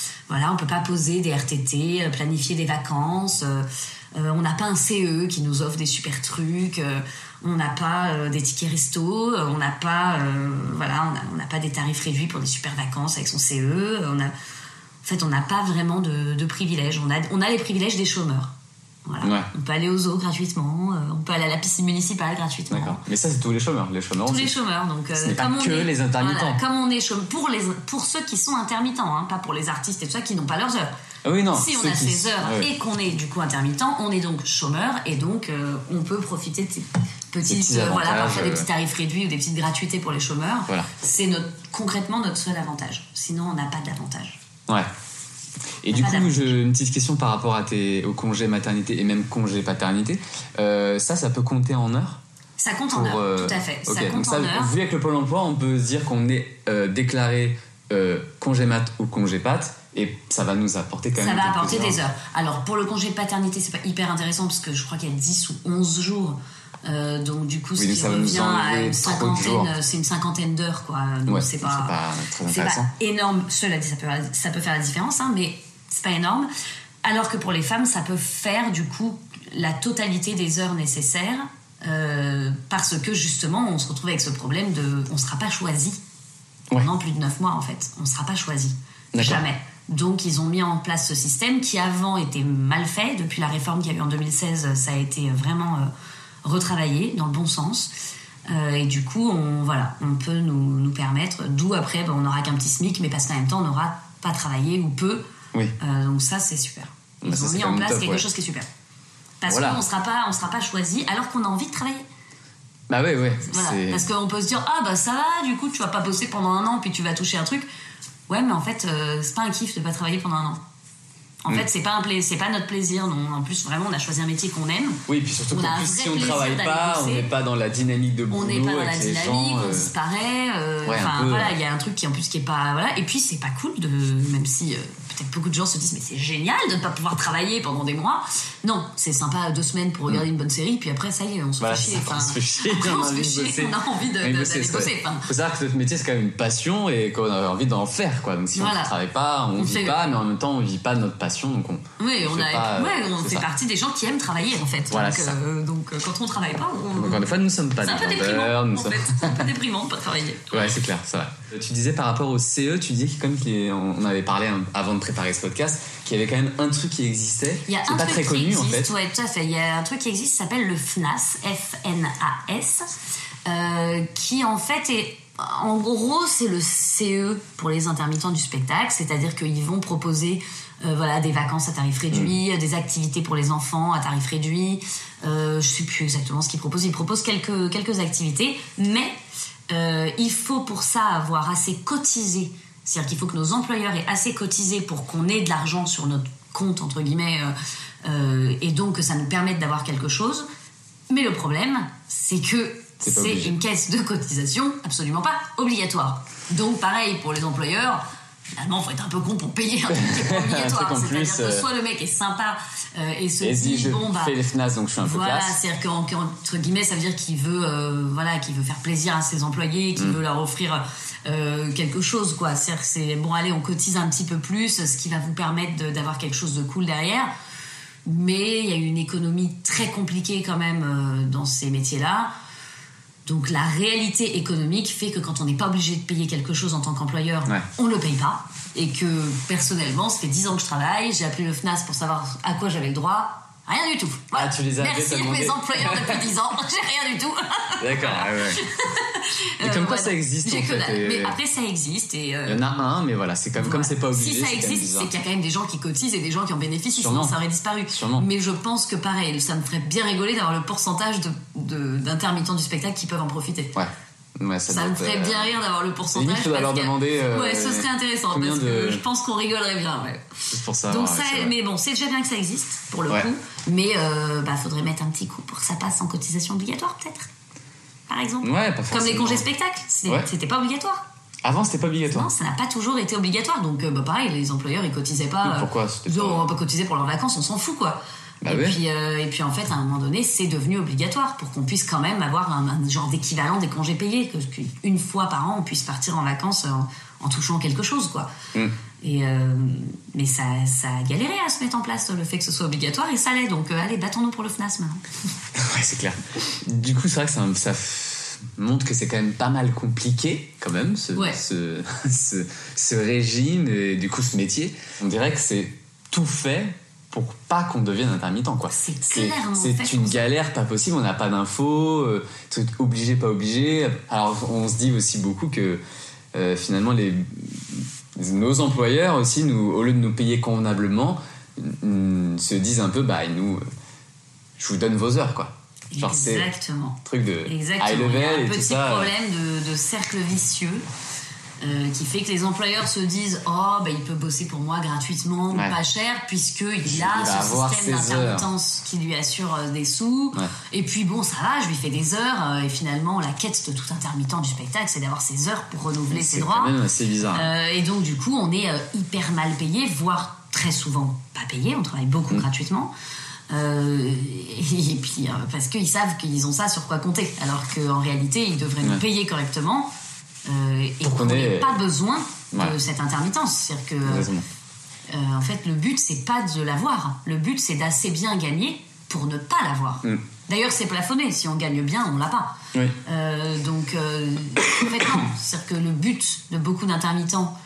poser des RTT, planifier des vacances. On n'a pas un CE qui nous offre des super trucs. On n'a pas des tickets resto. On n'a pas, on n'a pas des tarifs réduits pour des super vacances avec son CE. En fait, on n'a pas vraiment de privilèges. On a les privilèges des chômeurs. Voilà. Ouais. On peut aller aux zoos gratuitement, on peut aller à la piscine municipale gratuitement. D'accord. Mais ça, c'est tous les chômeurs. Tous les chômeurs. Donc, ce n'est pas que les intermittents. Voilà, comme on est chômeur, pour ceux qui sont intermittents, pas pour les artistes et tout ça qui n'ont pas leurs heures. Oui, non. Si on a ces heures et qu'on est du coup intermittent, on est donc chômeur et donc on peut profiter de ces petites, parfois des petits tarifs réduits ou des petites gratuités pour les chômeurs. Voilà. C'est concrètement notre seul avantage. Sinon, on n'a pas d'avantage. Ouais. Et du coup, une petite question par rapport au congé maternité et même congé paternité. Ça peut compter en heures ? Ça compte en heures, tout à fait. Okay. Ça compte donc ça, en heures. Vu avec le Pôle emploi, on peut se dire qu'on est déclaré congé mat ou congé pat et ça va nous apporter quand même. Ça va apporter des heures. Alors pour le congé de paternité, c'est pas hyper intéressant parce que je crois qu'il y a 10 ou 11 jours. Donc du coup, ce qui revient à une cinquantaine, c'est une cinquantaine d'heures, quoi. Donc c'est pas très intéressant. C'est pas énorme. Cela dit, ça peut faire la différence, mais c'est pas énorme. Alors que pour les femmes, ça peut faire du coup la totalité des heures nécessaires, parce que justement, on se retrouve avec ce problème on sera pas choisi pendant plus de 9 mois en fait. On sera pas choisi. D'accord. Jamais. Donc ils ont mis en place ce système qui avant était mal fait. Depuis la réforme qu'il y a eu en 2016, ça a été vraiment retravaillé dans le bon sens. Et du coup, on peut nous permettre, d'où après, on n'aura qu'un petit SMIC, mais parce qu'en même temps, on n'aura pas travaillé ou peu. Oui. Donc ça, c'est super. Ils ont mis en place quelque chose qui est super. Parce qu'on ne sera pas choisi alors qu'on a envie de travailler. Bah oui. Voilà. Parce qu'on peut se dire, ça va, du coup, tu vas pas bosser pendant 1 an, puis tu vas toucher un truc. Ouais, mais en fait, c'est pas un kiff de pas travailler pendant 1 an. En fait, c'est pas notre plaisir. Non. En plus, vraiment, on a choisi un métier qu'on aime. Oui, puis surtout si on ne travaille pas, on n'est pas dans la dynamique de boulot. On n'est pas dans la dynamique, on disparaît. Il y a un truc qui en plus qui est pas. Voilà. Et puis, c'est pas cool même si peut-être beaucoup de gens se disent, mais c'est génial de ne pas pouvoir travailler pendant des mois. Non, c'est sympa 2 semaines pour regarder une bonne série, puis après, ça y est, on se fait chier. On se fait chier, on a envie d'aller bosser. Il faut savoir que notre métier, c'est quand même une passion et qu'on a envie d'en faire, quoi. Donc si on ne travaille pas, on ne vit pas, mais en même temps, on ne vit pas notre passion. Donc on fait partie des gens qui aiment travailler, en fait. Voilà, donc quand on ne travaille pas, encore une fois, nous ne sommes pas des vendeurs. C'est un peu déprimant de ne pas travailler. Ouais, c'est clair, ça va. Tu disais par rapport au CE, tu disais qu'on avait parlé avant de préparer ce podcast, qu'il y avait quand même un truc qui existait. C'est pas très connu, en fait. Oui, tout à fait. Il y a un truc qui existe qui s'appelle le FNAS, F-N-A-S, qui en fait est. En gros, c'est le CE pour les intermittents du spectacle, c'est-à-dire qu'ils vont proposer des vacances à tarif réduit, des activités pour les enfants à tarif réduit. Je ne sais plus exactement ce qu'ils proposent. Ils proposent quelques activités, mais il faut pour ça avoir assez cotisé. C'est-à-dire qu'il faut que nos employeurs aient assez cotisé pour qu'on ait de l'argent sur notre compte, entre guillemets, et donc que ça nous permette d'avoir quelque chose. Mais le problème, c'est que c'est une caisse de cotisation absolument pas obligatoire. Donc pareil pour les employeurs, finalement, il faut être un peu con pour payer un truc qui n'est pas obligatoire. C'est-à-dire que soit le mec est sympa et se dit je fais les FNAS, donc je suis un peu classe. Voilà, c'est-à-dire qu'entre guillemets, ça veut dire qu'il veut faire plaisir à ses employés, qu'il veut leur offrir quelque chose, quoi. C'est-à-dire que c'est bon, allez, on cotise un petit peu plus, ce qui va vous permettre d'avoir quelque chose de cool derrière. Mais il y a une économie très compliquée quand même dans ces métiers-là. Donc la réalité économique fait que quand on n'est pas obligé de payer quelque chose en tant qu'employeur, on le paye pas. Et que personnellement, ça fait 10 ans que je travaille, j'ai appelé le FNAS pour savoir à quoi j'avais le droit. Rien du tout. Voilà. Ah, tu les as Merci mes employeurs depuis 10 ans, j'ai rien du tout. D'accord, Et comme quoi ça existe en fait. Mais après ça existe et il y en a un, mais voilà, c'est comme c'est pas obligé. Si ça existe, c'est qu'il y a quand même des gens qui cotisent et des gens qui en bénéficient, sinon ça aurait disparu. Sûrement. Mais je pense que pareil, ça me ferait bien rigoler d'avoir le pourcentage d'intermittents du spectacle qui peuvent en profiter. Ouais, ça me ferait bien rire d'avoir le pourcentage. Il faudrait leur demander. Ce serait intéressant parce que je pense qu'on rigolerait bien. C'est pour ça. Donc mais bon, c'est déjà bien que ça existe pour le coup. Mais faudrait mettre un petit coup pour que ça passe en cotisation obligatoire peut-être. Par exemple. Ouais, pas forcément. Comme les congés spectacles, c'était pas obligatoire. Avant, c'était pas obligatoire. Non, ça n'a pas toujours été obligatoire. Donc pareil, les employeurs ils cotisaient pas. Pourquoi on va pas cotiser pour leurs vacances, on s'en fout quoi. Et puis en fait à un moment donné c'est devenu obligatoire pour qu'on puisse quand même avoir un genre d'équivalent des congés payés, qu'une fois par an on puisse partir en vacances en touchant quelque chose quoi. Mais ça a galéré à se mettre en place le fait que ce soit obligatoire et ça l'est, donc allez, battons-nous pour le FNAS maintenant. Ouais, c'est clair. Du coup c'est vrai que ça montre que c'est quand même pas mal compliqué quand même ce régime et du coup ce métier. On dirait que c'est tout fait pour pas qu'on devienne intermittent quoi. C'est une galère pas possible, on n'a pas d'infos, truc obligé pas obligé. Alors on se dit aussi beaucoup que finalement nos employeurs aussi au lieu de nous payer convenablement se disent un peu je vous donne vos heures quoi. Genre exactement. C'est truc de high level. Il y a un et petit tout ça. problème de cercle vicieux qui fait que les employeurs se disent il peut bosser pour moi gratuitement, pas cher, puisqu'il a ce système d'intermittence qui lui assure des sous. Et puis bon, ça va, je lui fais des heures. Et finalement, la quête de tout intermittent du spectacle, c'est d'avoir ses heures pour renouveler ses droits. C'est quand même assez bizarre. Et donc du coup, on est hyper mal payé, voire très souvent pas payé. On travaille beaucoup gratuitement. Et puis parce qu'ils savent qu'ils ont ça sur quoi compter, alors qu'en réalité, ils devraient nous payer correctement. Et qu'on n'ait pas besoin de cette intermittence. C'est-à-dire que en fait le but c'est pas de l'avoir, le but c'est d'assez bien gagner pour ne pas l'avoir. D'ailleurs c'est plafonné, si on gagne bien on l'a pas. Donc en fait non, c'est-à-dire que le but de beaucoup d'intermittents,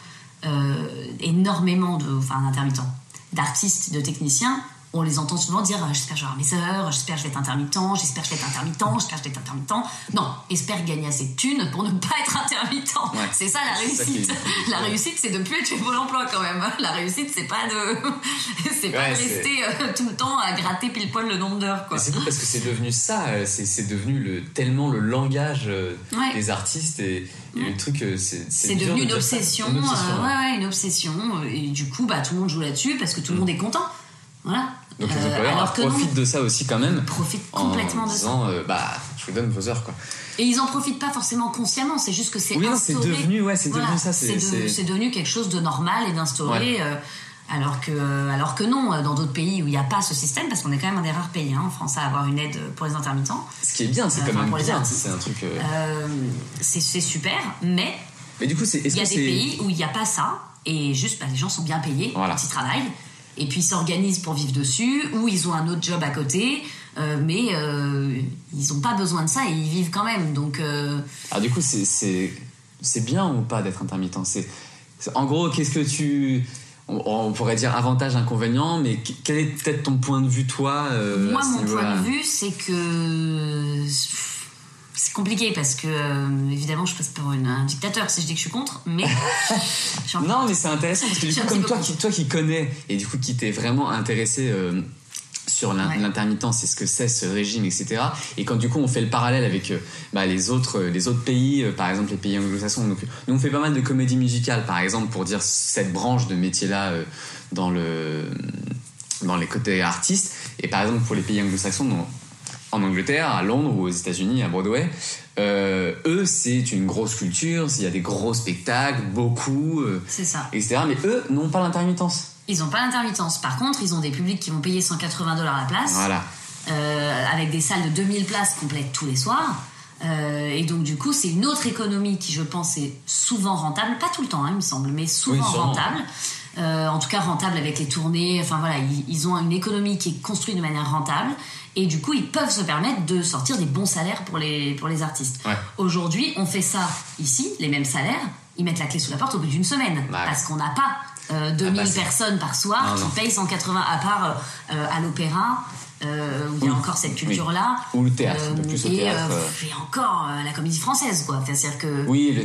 d'artistes, de techniciens, on les entend souvent dire j'espère que je vais avoir mes heures, j'espère que je vais être intermittent, j'espère que je vais être intermittent. Non, espère gagner assez de thunes pour ne pas être intermittent. C'est ça la réussite. La réussite c'est de ne plus être chez Pôle emploi quand même. La réussite c'est pas de rester tout le temps à gratter pile poil le nombre d'heures quoi. C'est cool parce que c'est devenu ça, c'est devenu tellement le langage des artistes et le truc c'est devenu une obsession. Une obsession et du coup tout le monde joue là-dessus parce que tout le monde est content. Voilà. Donc les employeurs profitent de ça aussi quand même. Profitent complètement de ça. En disant je vous donne vos heures quoi. Et ils en profitent pas forcément consciemment, c'est juste que c'est instauré. C'est devenu ça. C'est devenu quelque chose de normal et d'instauré. Alors que non, dans d'autres pays où il n'y a pas ce système, parce qu'on est quand même un des rares pays en France à avoir une aide pour les intermittents. Ce qui est bien, c'est quand même bien. C'est un truc. C'est super, mais du coup, il y a des pays où il n'y a pas ça et juste les gens sont bien payés quand ils travaillent. Et puis ils s'organisent pour vivre dessus, ou ils ont un autre job à côté, mais ils n'ont pas besoin de ça et ils vivent quand même. Donc, alors du coup, c'est bien ou pas d'être intermittent? En gros, qu'est-ce que on pourrait dire avantage, inconvénient, mais quel est peut-être ton point de vue, toi Moi, mon point de vue, c'est que c'est compliqué parce que évidemment je passe pour un dictateur si je dis que je suis contre, mais non mais c'est intéressant parce que du coup comme toi qui connais et du coup qui t'es vraiment intéressé sur l'intermittence et ce que c'est ce régime etc, et quand du coup on fait le parallèle avec les autres pays, par exemple les pays anglo-saxons, donc nous on fait pas mal de comédie musicale par exemple pour dire cette branche de métier là dans les côtés artistes, et par exemple pour les pays anglo-saxons en Angleterre, à Londres ou aux États-Unis, à Broadway, eux, c'est une grosse culture, il y a des gros spectacles, beaucoup, c'est ça. etc. Mais eux n'ont pas l'intermittence. Ils n'ont pas l'intermittence. Par contre, ils ont des publics qui vont payer $180 la place, voilà. Avec des salles de 2000 places complètes tous les soirs. Et donc, du coup, c'est une autre économie qui, je pense, est souvent rentable. Pas tout le temps, il me semble, mais souvent rentable. En tout cas, rentable avec les tournées. Enfin, voilà, ils ont une économie qui est construite de manière rentable. Et du coup, ils peuvent se permettre de sortir des bons salaires pour les artistes. Ouais. Aujourd'hui, on fait ça ici, les mêmes salaires. Ils mettent la clé sous la porte au bout d'une semaine. Ouais. Parce qu'on n'a pas 2000 personnes par soir qui payent 180, à part à l'opéra. Où il y a encore cette culture-là. Ou le théâtre, un peu plus au théâtre. Et encore la comédie française, quoi. C'est-à-dire que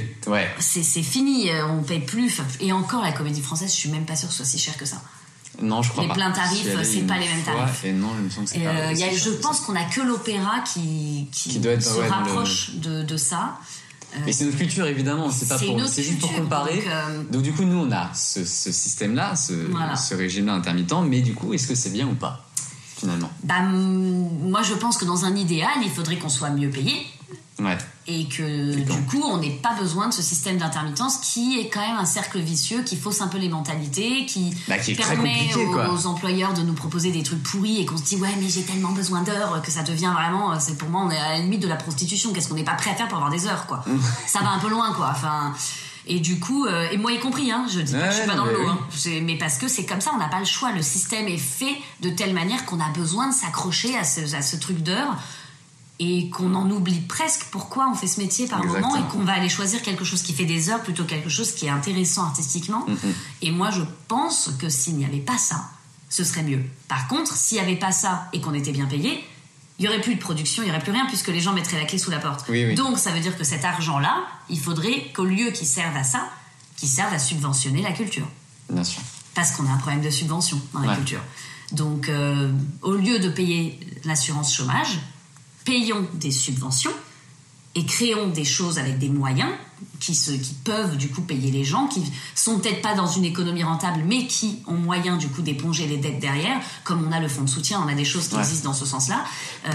c'est fini, on paye plus. Et encore, la comédie française, je suis même pas sûre que ce soit si cher que ça. Non, je crois pas. Les pleins tarifs, c'est pas les mêmes tarifs. Et non, il me semble que c'est pas. Je pense qu'on a que l'opéra qui doit être, se rapproche de ça. Mais c'est notre culture, évidemment. C'est juste pour comparer. Donc du coup, nous, on a ce système-là, ce régime-là intermittent. Mais du coup, est-ce que c'est bien ou pas, finalement? Moi, je pense que dans un idéal, il faudrait qu'on soit mieux payé. Ouais. Et que du coup, on n'ait pas besoin de ce système d'intermittence qui est quand même un cercle vicieux, qui fausse un peu les mentalités, qui permet aux employeurs de nous proposer des trucs pourris et qu'on se dit ouais, mais j'ai tellement besoin d'heures que ça devient vraiment, c'est pour moi, on est à la limite de la prostitution. Qu'est-ce qu'on n'est pas prêt à faire pour avoir des heures, quoi. Ça va un peu loin, quoi. Enfin. Et du coup, et moi y compris, je dis pas, je suis pas dans le lot, mais parce que c'est comme ça, on n'a pas le choix. Le système est fait de telle manière qu'on a besoin de s'accrocher à ce truc d'heures. Et qu'on en oublie presque pourquoi on fait ce métier par moment, et qu'on va aller choisir quelque chose qui fait des heures plutôt que quelque chose qui est intéressant artistiquement. Et moi, je pense que s'il n'y avait pas ça, ce serait mieux. Par contre, s'il n'y avait pas ça et qu'on était bien payé, il n'y aurait plus de production, il n'y aurait plus rien, puisque les gens mettraient la clé sous la porte. Oui. Donc, ça veut dire que cet argent-là, il faudrait qu'au lieu qu'il serve à ça, qu'il serve à subventionner la culture. Bien sûr. Parce qu'on a un problème de subvention dans la culture. Donc, au lieu de payer l'assurance chômage, payons des subventions et créons des choses avec des moyens qui peuvent du coup payer les gens, qui sont peut-être pas dans une économie rentable, mais qui ont moyen du coup d'éponger les dettes derrière, comme on a le fonds de soutien, on a des choses qui existent dans ce sens-là,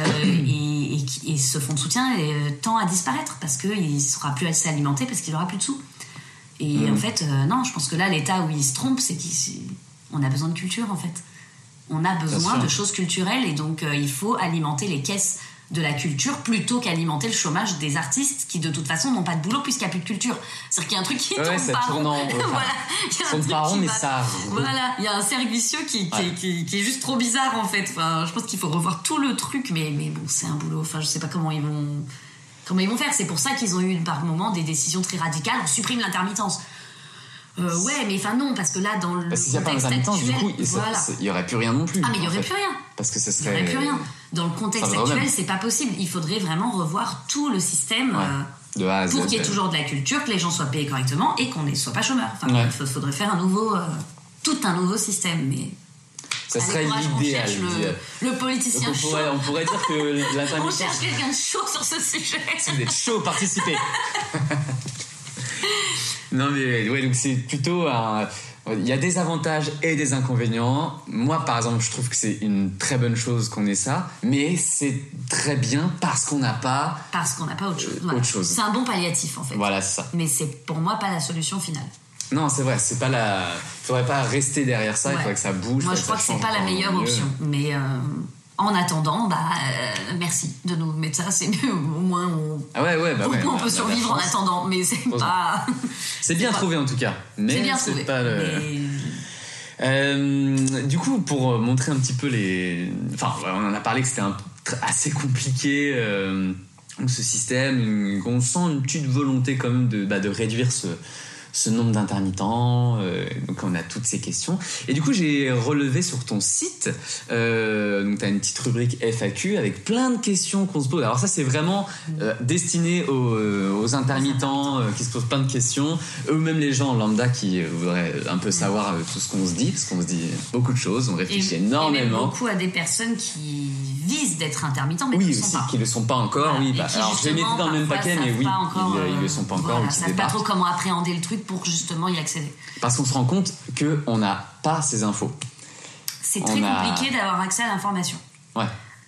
et ce fonds de soutien tend à disparaître parce qu'il ne sera plus assez alimenté, parce qu'il n'aura plus de sous. Et en fait, non, je pense que là, l'état où il se trompe, c'est qu'on a besoin de culture, en fait. On a besoin de choses culturelles, et donc il faut alimenter les caisses de la culture plutôt qu'alimenter le chômage des artistes qui de toute façon n'ont pas de boulot puisqu'il n'y a plus de culture. C'est-à-dire qu'il y a un truc qui tourne pas rond. Mais ça... Voilà, il y a un cercle vicieux qui est juste trop bizarre, en fait. Enfin, je pense qu'il faut revoir tout le truc, mais bon, c'est un boulot. Enfin, je sais pas comment ils vont faire. C'est pour ça qu'ils ont eu par moment des décisions très radicales. On supprime l'intermittence. Mais enfin non, parce que là, dans le contexte actuel, du coup, il n'y aurait plus rien non plus. Ah, mais il n'y aurait plus rien. Parce que ça serait... Il n'y aurait plus rien. Dans le contexte actuel, c'est pas possible. Il faudrait vraiment revoir tout le système de A à Z, pour qu'il y ait toujours de la culture, que les gens soient payés correctement et qu'on ne soit pas chômeurs. Enfin, il faudrait faire tout un nouveau système. Mais ça serait l'idéal. Le politicien chaud. On pourrait dire que l'intermittence... On cherche quelqu'un de chaud sur ce sujet. Si vous êtes chaud, participez. Non mais donc c'est plutôt il y a des avantages et des inconvénients. Moi par exemple, je trouve que c'est une très bonne chose qu'on ait ça, mais c'est très bien parce qu'on n'a pas autre chose. C'est un bon palliatif, en fait. Voilà, c'est ça. Mais c'est pour moi pas la solution finale. Non, c'est vrai, c'est pas il faudrait pas rester derrière ça, il faudrait que ça bouge. Moi je crois que c'est pas la meilleure option, mais en attendant, merci de nous mettre ça, c'est mieux. Au moins, on peut survivre en attendant, mais c'est pas. C'est bien trouvé en tout cas, mais c'est bien c'est trouvé. Pas du coup, pour montrer un petit peu Enfin, on en a parlé que c'était assez compliqué, ce système, qu'on sent une petite volonté quand même de réduire ce nombre d'intermittents, donc on a toutes ces questions. Et du coup, j'ai relevé sur ton site, donc tu as une petite rubrique FAQ avec plein de questions qu'on se pose. Alors ça, c'est vraiment destiné aux intermittents qui se posent plein de questions, eux-mêmes les gens lambda qui voudraient un peu savoir tout ce qu'on se dit, parce qu'on se dit beaucoup de choses, on réfléchit énormément. Et même beaucoup à des personnes qui visent d'être intermittents, mais qui ne le sont pas encore. Alors je les mettais dans le même paquet, mais ils ne le sont pas encore. Ils ne savent pas trop comment appréhender le truc pour justement y accéder. Parce qu'on se rend compte qu'on n'a pas ces infos. C'est très compliqué d'avoir accès à l'information. Ouais.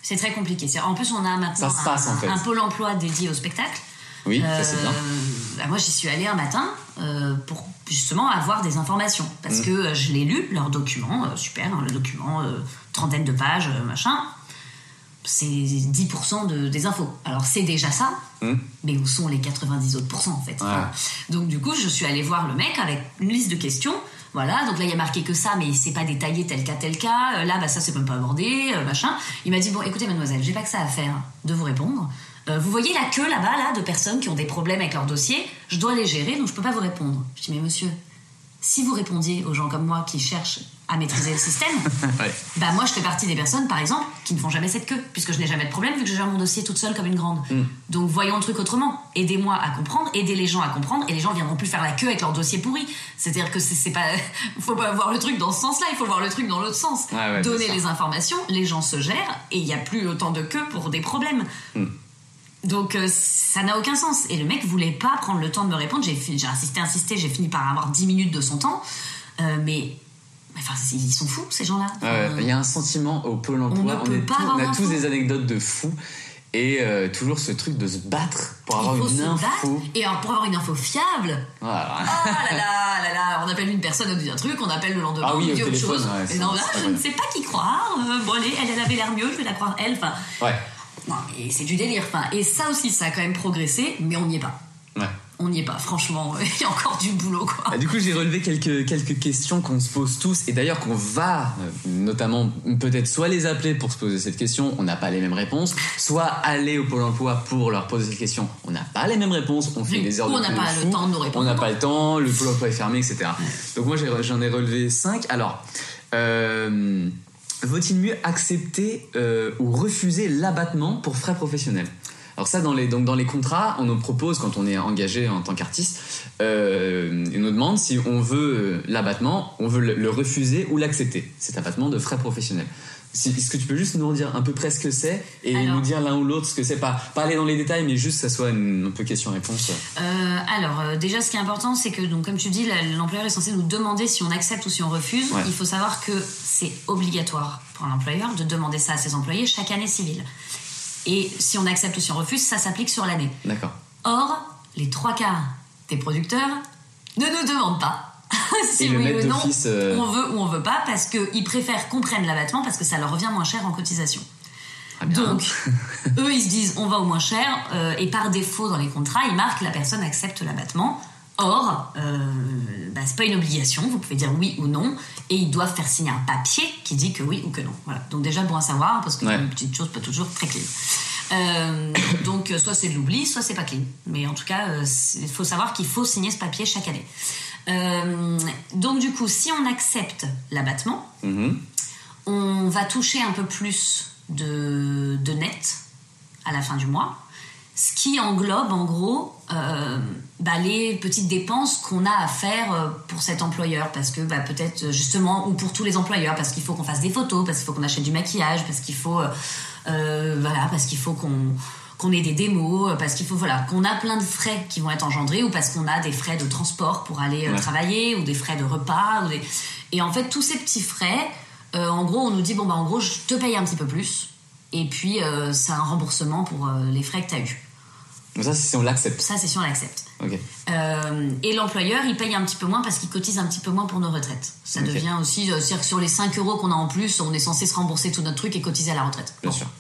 C'est très compliqué. En plus, on a maintenant un pôle emploi dédié au spectacle. Oui, ça c'est bien. Moi, j'y suis allée un matin pour justement avoir des informations. Parce que je l'ai lu, leur document, super, hein, le document, trentaine de pages, machin. C'est 10% des infos. Alors, c'est déjà ça, mais où sont les 90 autres pourcents, en fait. Ouais. Donc, du coup, je suis allée voir le mec avec une liste de questions. Voilà, donc là, il y a marqué que ça, mais c'est pas détaillé tel cas. Là, ça, c'est même pas abordé, machin. Il m'a dit, bon, écoutez, mademoiselle, j'ai pas que ça à faire de vous répondre. Vous voyez la queue là-bas, là, de personnes qui ont des problèmes avec leur dossier. Je dois les gérer, donc je peux pas vous répondre. Je dis, mais monsieur, si vous répondiez aux gens comme moi qui cherchent à maîtriser le système, ouais. Moi, je fais partie des personnes, par exemple, qui ne font jamais cette queue, puisque je n'ai jamais de problème, vu que je gère mon dossier toute seule comme une grande. Donc, voyons le truc autrement. Aidez-moi à comprendre, aidez les gens à comprendre, et les gens viendront plus faire la queue avec leur dossier pourri. C'est-à-dire que c'est pas... faut pas voir le truc dans ce sens-là, il faut voir le truc dans l'autre sens. Ouais, donner les informations, les gens se gèrent, et il n'y a plus autant de queue pour des problèmes. Donc ça n'a aucun sens. Et le mec voulait pas prendre le temps de me répondre. J'ai insisté, j'ai fini par avoir 10 minutes de son temps. Mais enfin, ils sont fous, ces gens-là. Il y a un sentiment au Pôle emploi. On a tous des anecdotes de fous. Et toujours ce truc de se battre pour avoir une info. Et alors, pour avoir une info fiable. Voilà. Oh là là, on appelle une personne, on dit un truc, on appelle le lendemain, on dit autre téléphone, chose. Ouais, et non, là, je ne sais pas qui croire. Bon, allez, elle avait l'air mieux, je vais la croire elle. Enfin, ouais. Non, mais c'est du délire. Enfin, et ça aussi, ça a quand même progressé, mais on n'y est pas. Ouais. On n'y est pas, franchement, il y a encore du boulot, quoi. Du coup, j'ai relevé quelques questions qu'on se pose tous, et d'ailleurs qu'on va notamment peut-être soit les appeler pour se poser cette question, on n'a pas les mêmes réponses, soit aller au Pôle emploi pour leur poser cette question, on n'a pas les mêmes réponses, on fait des heures de on n'a pas le temps de nous répondre. On n'a pas le temps, le Pôle emploi est fermé, etc. Ouais. Donc moi, j'en ai relevé 5. Alors, vaut-il mieux accepter ou refuser l'abattement pour frais professionnels ? Alors ça, dans les contrats, on nous propose, quand on est engagé en tant qu'artiste, on nous demande si on veut l'abattement, on veut le refuser ou l'accepter, cet abattement de frais professionnels. Est-ce que tu peux juste nous dire à peu près ce que c'est et nous dire l'un ou l'autre ce que c'est, pas aller dans les détails, mais juste que ça soit un peu question-réponse. Déjà, ce qui est important, c'est que, donc, comme tu dis, l'employeur est censé nous demander si on accepte ou si on refuse. Ouais. Il faut savoir que c'est obligatoire pour un employeur de demander ça à ses employés chaque année civile. Et si on accepte ou si on refuse, ça s'applique sur l'année. D'accord. Or, les 3/4 des producteurs ne nous demandent pas si oui ou non on veut ou on veut pas, parce qu'ils préfèrent qu'on prenne l'abattement parce que ça leur revient moins cher en cotisation. Ah, donc, eux, ils se disent on va au moins cher, et par défaut dans les contrats, ils marquent la personne accepte l'abattement. Or, c'est pas une obligation, vous pouvez dire oui ou non, et ils doivent faire signer un papier qui dit que oui ou que non. Voilà. Donc déjà, bon à savoir, parce que c'est une petite chose pas toujours très clean. Donc, soit c'est de l'oubli, soit c'est pas clean. Mais en tout cas, il faut savoir qu'il faut signer ce papier chaque année. Donc du coup, si on accepte l'abattement, on va toucher un peu plus de net à la fin du mois. Ce qui englobe en gros les petites dépenses qu'on a à faire pour cet employeur, parce que peut-être justement, ou pour tous les employeurs, parce qu'il faut qu'on fasse des photos, parce qu'il faut qu'on achète du maquillage, parce qu'il faut parce qu'il faut qu'on ait des démos, parce qu'il faut qu'on a plein de frais qui vont être engendrés, ou parce qu'on a des frais de transport pour aller travailler, ou des frais de repas, et en fait tous ces petits frais, en gros on nous dit en gros je te paye un petit peu plus, et puis c'est un remboursement pour les frais que tu as eu. Donc ça, c'est si on l'accepte. Ça, c'est si on l'accepte. Okay. Et l'employeur, il paye un petit peu moins parce qu'il cotise un petit peu moins pour nos retraites. Ça devient aussi... c'est-à-dire que sur les 5 € qu'on a en plus, on est censé se rembourser tout notre truc et cotiser à la retraite. Bien sûr.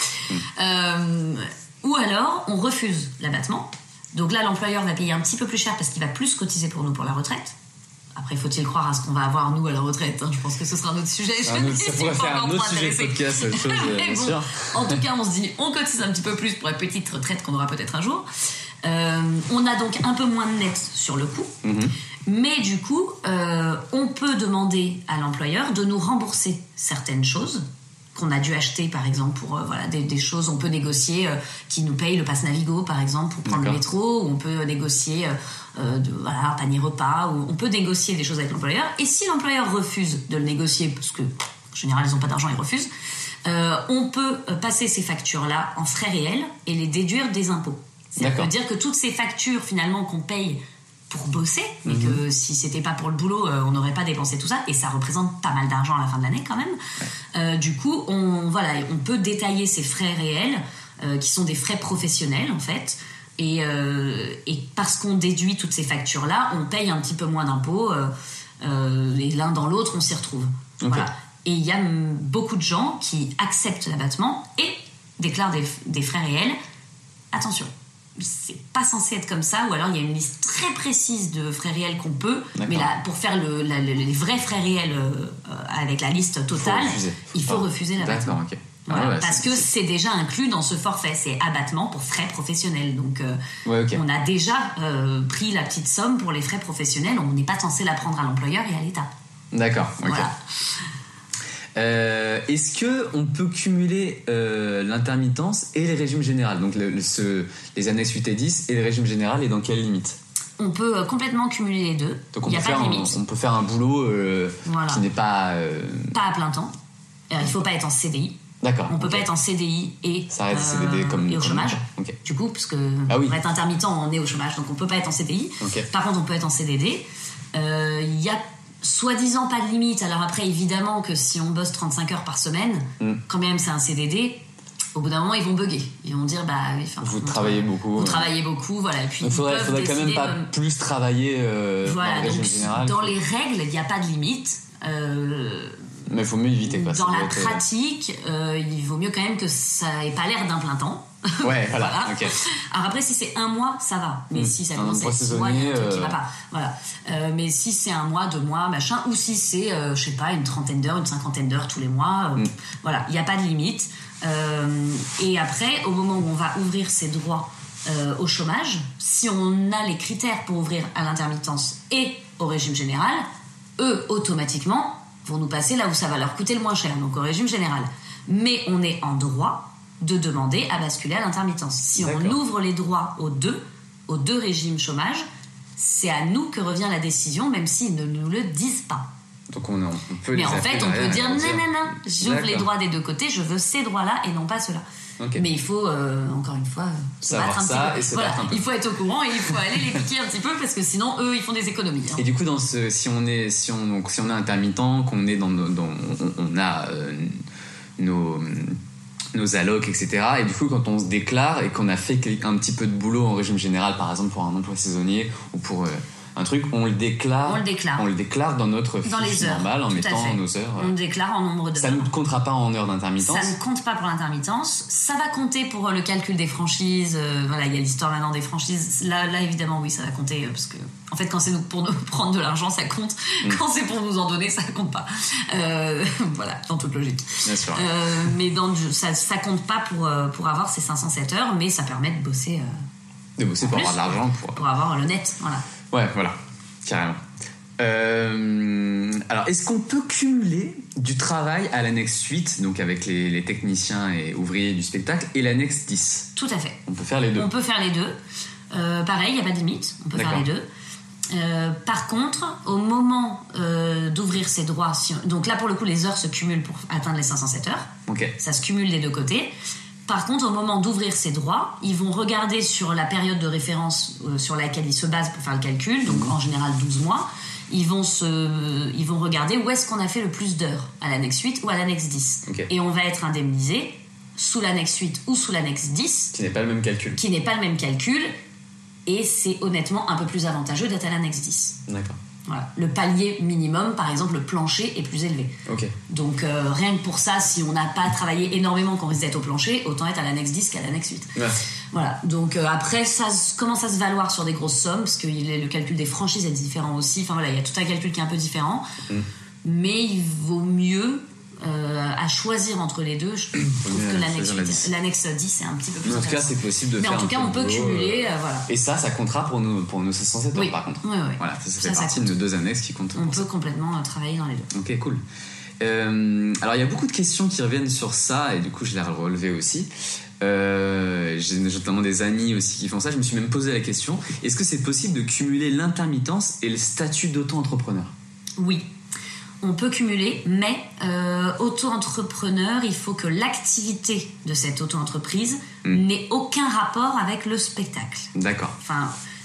Ou alors, on refuse l'abattement. Donc là, l'employeur va payer un petit peu plus cher parce qu'il va plus cotiser pour nous pour la retraite. Après, faut-il croire à ce qu'on va avoir, nous, à la retraite, hein. Je pense que ce sera un autre sujet. Ça pourrait faire un autre sujet de podcast, autre chose, bien sûr. En tout cas, on se dit, on cotise un petit peu plus pour la petite retraite qu'on aura peut-être un jour. On a donc un peu moins de net sur le coup. Mais du coup, on peut demander à l'employeur de nous rembourser certaines choses qu'on a dû acheter, par exemple, pour des choses. On peut négocier qui nous paye le pass Navigo, par exemple, pour prendre le métro, ou on peut négocier un panier repas, ou on peut négocier des choses avec l'employeur. Et si l'employeur refuse de le négocier, parce que en général ils n'ont pas d'argent, ils refusent, on peut passer ces factures-là en frais réels et les déduire des impôts. Ça veut dire que toutes ces factures finalement qu'on paye pour bosser, mais que si c'était pas pour le boulot, on n'aurait pas dépensé tout ça, et ça représente pas mal d'argent à la fin de l'année quand même. Du coup, on peut détailler ces frais réels, qui sont des frais professionnels en fait, et parce qu'on déduit toutes ces factures-là, on paye un petit peu moins d'impôts, et l'un dans l'autre, on s'y retrouve. Okay. Voilà. Et il y a beaucoup de gens qui acceptent l'abattement et déclarent des frais réels. Attention, c'est pas censé être comme ça, ou alors il y a une liste très précise de frais réels qu'on peut, mais là, pour faire les vrais frais réels avec la liste totale, il faut refuser l'abattement. D'accord, ok. Voilà, parce que c'est déjà inclus dans ce forfait, c'est abattement pour frais professionnels. Donc on a déjà pris la petite somme pour les frais professionnels, on n'est pas censé la prendre à l'employeur et à l'État. D'accord, ok. Voilà. Est-ce qu'on peut cumuler l'intermittence et les régimes généraux, donc les annexes 8 et 10 et le régime général, et dans quelle limite? On peut complètement cumuler les deux. Donc il n'y a pas de limite. On peut faire un boulot qui n'est pas... Pas à plein temps. Il ne faut pas être en CDI. D'accord. On ne peut pas être en CDI et, ça reste CDD et au chômage. Okay. Du coup, parce que pour être intermittent, on est au chômage, donc on ne peut pas être en CDI. Okay. Par contre, on peut être en CDD. Il y a soi-disant pas de limite. Alors après, évidemment que si on bosse 35 heures par semaine, quand même c'est un CDD, au bout d'un moment ils vont bugger. Ils vont dire vous travaillez beaucoup. Vous travaillez beaucoup, voilà. Et puis il faudrait quand même pas plus travailler voilà, dans le régime général. Dans les règles, il n'y a pas de limite. Mais il faut mieux éviter quoi. Dans la pratique, il vaut mieux quand même que ça ait pas l'air d'un plein temps. Ouais, voilà. Okay. Alors après, si c'est un mois, ça va. Mais si ça commence à être 6 mois, il y a un truc qui va pas. Voilà. Mais si c'est un mois, 2 mois, machin, ou si c'est, je sais pas, une trentaine d'heures, une cinquantaine d'heures tous les mois, voilà, il n'y a pas de limite. Et après, au moment où on va ouvrir ses droits au chômage, si on a les critères pour ouvrir à l'intermittence et au régime général, eux, automatiquement, vont nous passer là où ça va leur coûter le moins cher, donc au régime général. Mais on est en droit de demander à basculer à l'intermittence. Si on ouvre les droits aux deux régimes chômage, c'est à nous que revient la décision, même s'ils ne nous le disent pas. Donc on peut mais en fait, on peut dire non, j'ouvre les droits des deux côtés, je veux ces droits-là et non pas ceux-là. Okay. Mais il faut, encore une fois, savoir ça et voilà, il faut être au courant et il faut aller les piquer un petit peu parce que sinon, eux, ils font des économies. Hein. Et du coup, si on est intermittent, qu'on est on a nos allocs, etc. Et du coup, quand on se déclare et qu'on a fait un petit peu de boulot en régime général, par exemple pour un emploi saisonnier ou pour un truc, on le déclare dans notre fiche normale en mettant nos heures. On le déclare en nombre d'heures. Ça ne comptera pas en heures d'intermittence. Ça ne compte pas pour l'intermittence. Ça va compter pour le calcul des franchises. Voilà, il y a l'histoire maintenant des franchises. Là, évidemment, oui, ça va compter parce que, en fait, quand c'est pour nous prendre de l'argent, ça compte. Quand c'est pour nous en donner, ça compte pas. Voilà, dans toute logique. Bien sûr. Mais ça compte pas pour avoir ces 507 heures, mais ça permet de bosser. De bosser pour avoir de l'argent. Pour avoir le net, voilà. Ouais, voilà, carrément. Alors, est-ce qu'on peut cumuler du travail à l'annexe 8, donc avec les techniciens et ouvriers du spectacle, et l'annexe 10? Tout à fait. On peut faire les deux. On peut faire les deux. Pareil, il n'y a pas de limite. On peut faire les deux. Par contre, au moment d'ouvrir ses droits, donc là pour le coup les heures se cumulent pour atteindre les 507 heures. Okay. Ça se cumule des deux côtés. Par contre, au moment d'ouvrir ses droits, ils vont regarder sur la période de référence sur laquelle ils se basent pour faire le calcul, donc en général 12 mois, ils vont regarder où est-ce qu'on a fait le plus d'heures, à l'annexe 8 ou à l'annexe 10. Okay. Et on va être indemnisé sous l'annexe 8 ou sous l'annexe 10. Qui n'est pas le même calcul. Et c'est honnêtement un peu plus avantageux d'être à l'annexe 10. D'accord. Voilà. Le palier minimum, par exemple, le plancher est plus élevé. Okay. Donc rien que pour ça, si on n'a pas travaillé énormément qu'on risque d'être au plancher, autant être à l'annexe 10 qu'à l'annexe 8. Ouais. Voilà. Donc après, ça commence à se valoir sur des grosses sommes, parce que le calcul des franchises est différent aussi. Enfin voilà, il y a tout un calcul qui est un peu différent. Mais il vaut mieux à choisir entre les deux. Je trouve que l'annexe 10 c'est un petit peu plus en tout cas c'est possible de mais faire en tout cas on peut cumuler voilà. Et ça comptera pour nos 507 heures par contre. Oui. Voilà, ça fait partie de nos deux annexes qui comptent. On peut complètement travailler dans les deux. Ok, cool. Alors il y a beaucoup de questions qui reviennent sur ça et du coup je l'ai relevé aussi. J'ai notamment des amis aussi qui font ça. Je me suis même posé la question, est-ce que c'est possible de cumuler l'intermittence et le statut d'auto-entrepreneur? Oui, on peut cumuler, mais auto-entrepreneur, il faut que l'activité de cette auto-entreprise n'ait aucun rapport avec le spectacle. D'accord. Enfin,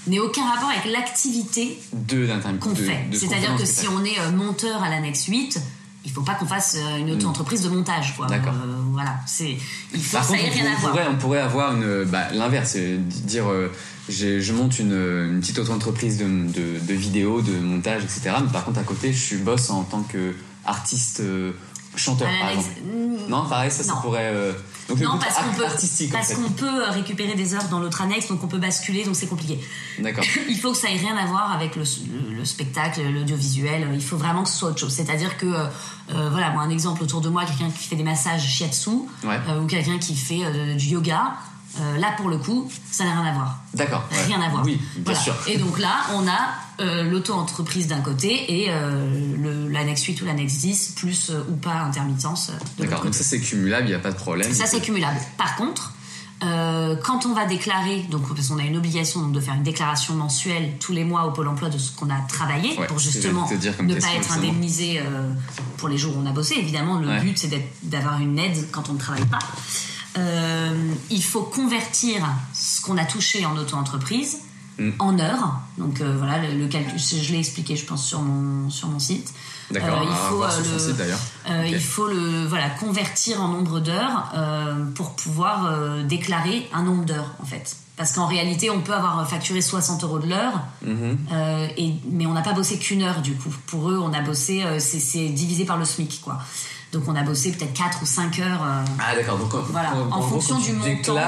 n'ait aucun rapport avec l'activité qu'on fait. C'est-à-dire que si on est monteur à l'annexe 8, il ne faut pas qu'on fasse une auto-entreprise de montage, quoi. D'accord. Voilà, il faut que ça ait rien à voir. On pourrait avoir l'inverse, dire je monte une petite auto-entreprise de vidéo, de montage, etc. Mais par contre, à côté, je bosse en tant qu'artiste chanteur, par exemple. Non, pareil, ça pourrait... Donc non, parce qu'on peut récupérer des heures dans l'autre annexe, donc on peut basculer, donc c'est compliqué. D'accord. Il faut que ça ait rien à voir avec le spectacle, l'audiovisuel. Il faut vraiment que ce soit autre chose. C'est-à-dire que, voilà, moi, un exemple autour de moi, quelqu'un qui fait des massages shiatsu, ou quelqu'un qui fait du yoga. Là, pour le coup, ça n'a rien à voir. D'accord. Rien à voir. Oui, bien sûr. Et donc là, on a l'auto-entreprise d'un côté et l'annexe 8 ou l'annexe 10, plus ou pas intermittence. D'accord, donc ça c'est cumulable, il n'y a pas de problème. Ça c'est cumulable. Par contre, quand on va déclarer, donc parce qu'on a une obligation de faire une déclaration mensuelle tous les mois au Pôle emploi de ce qu'on a travaillé, pour justement ne pas être indemnisé pour les jours où on a bossé. Évidemment, le but c'est d'avoir une aide quand on ne travaille pas. Il faut convertir ce qu'on a touché en auto-entreprise en heures. Donc voilà, le calcul, je l'ai expliqué, je pense, sur mon site. D'accord, il faut convertir en nombre d'heures pour pouvoir déclarer un nombre d'heures, en fait. Parce qu'en réalité, on peut avoir facturé 60 € de l'heure, mais on n'a pas bossé qu'une heure, du coup. Pour eux, on a bossé, c'est divisé par le SMIC, quoi. Donc on a bossé peut-être 4 ou 5 heures. Ah d'accord, donc voilà, en fonction du montant.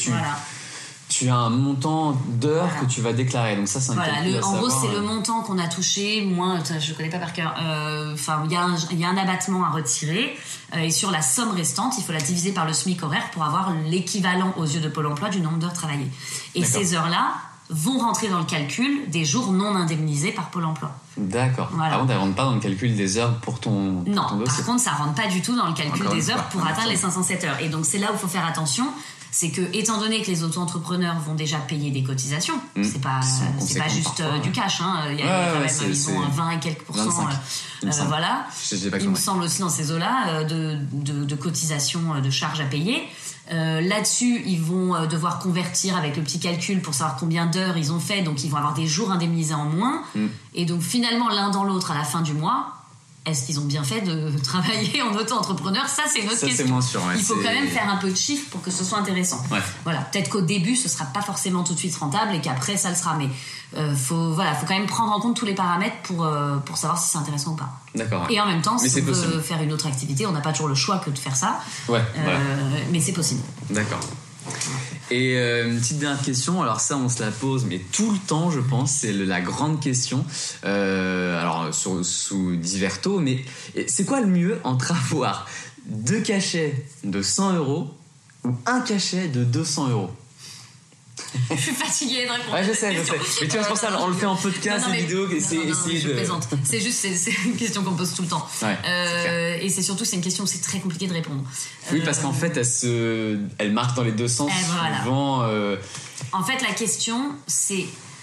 Tu as un montant d'heures que tu vas déclarer. Donc ça, c'est un calcul à en savoir. gros, c'est le montant qu'on a touché. Moi, je connais pas par cœur. Enfin, il y a un abattement à retirer. Et sur la somme restante, il faut la diviser par le SMIC horaire pour avoir l'équivalent aux yeux de Pôle emploi du nombre d'heures travaillées. Et ces heures-là vont rentrer dans le calcul des jours non indemnisés par Pôle emploi. D'accord. Voilà. Par contre, elles ne rentrent pas dans le calcul des heures pour ton dossier. Non, par contre, ça ne rentre pas du tout dans le calcul des heures pour atteindre les 507 heures. Et donc, c'est là où il faut faire attention. C'est que, étant donné que les auto-entrepreneurs vont déjà payer des cotisations, c'est pas juste du cash, hein. Il y a quand même, ils ont un 20 et quelques %. Voilà. Il me semble aussi dans ces eaux-là de cotisations, de charges à payer. Là-dessus, ils vont devoir convertir avec le petit calcul pour savoir combien d'heures ils ont fait, donc ils vont avoir des jours indemnisés en moins. Et donc finalement, l'un dans l'autre, à la fin du mois, est-ce qu'ils ont bien fait de travailler en auto-entrepreneur ? Ça, c'est une autre question. C'est moins sûr, il faut quand même faire un peu de chiffres pour que ce soit intéressant. Voilà. Peut-être qu'au début, ce sera pas forcément tout de suite rentable et qu'après, ça le sera. Mais faut quand même prendre en compte tous les paramètres pour savoir si c'est intéressant ou pas. D'accord. Et en même temps, si on veut faire une autre activité, on n'a pas toujours le choix que de faire ça. Mais c'est possible. D'accord. Et une petite dernière question, alors ça on se la pose mais tout le temps je pense, c'est la grande question, alors sous divers taux, mais c'est quoi le mieux entre avoir 2 cachets de 100 € ou un cachet de 200 €? Je suis fatiguée de répondre. Ouais, je sais. Mais tu vois, c'est pour ça, on le fait en podcast, en vidéo, je plaisante. C'est juste, c'est une question qu'on pose tout le temps. Et c'est surtout, c'est une question où c'est très compliqué de répondre. Oui, parce qu'en fait, elle marche dans les deux sens. Souvent. En fait, la question, c'est.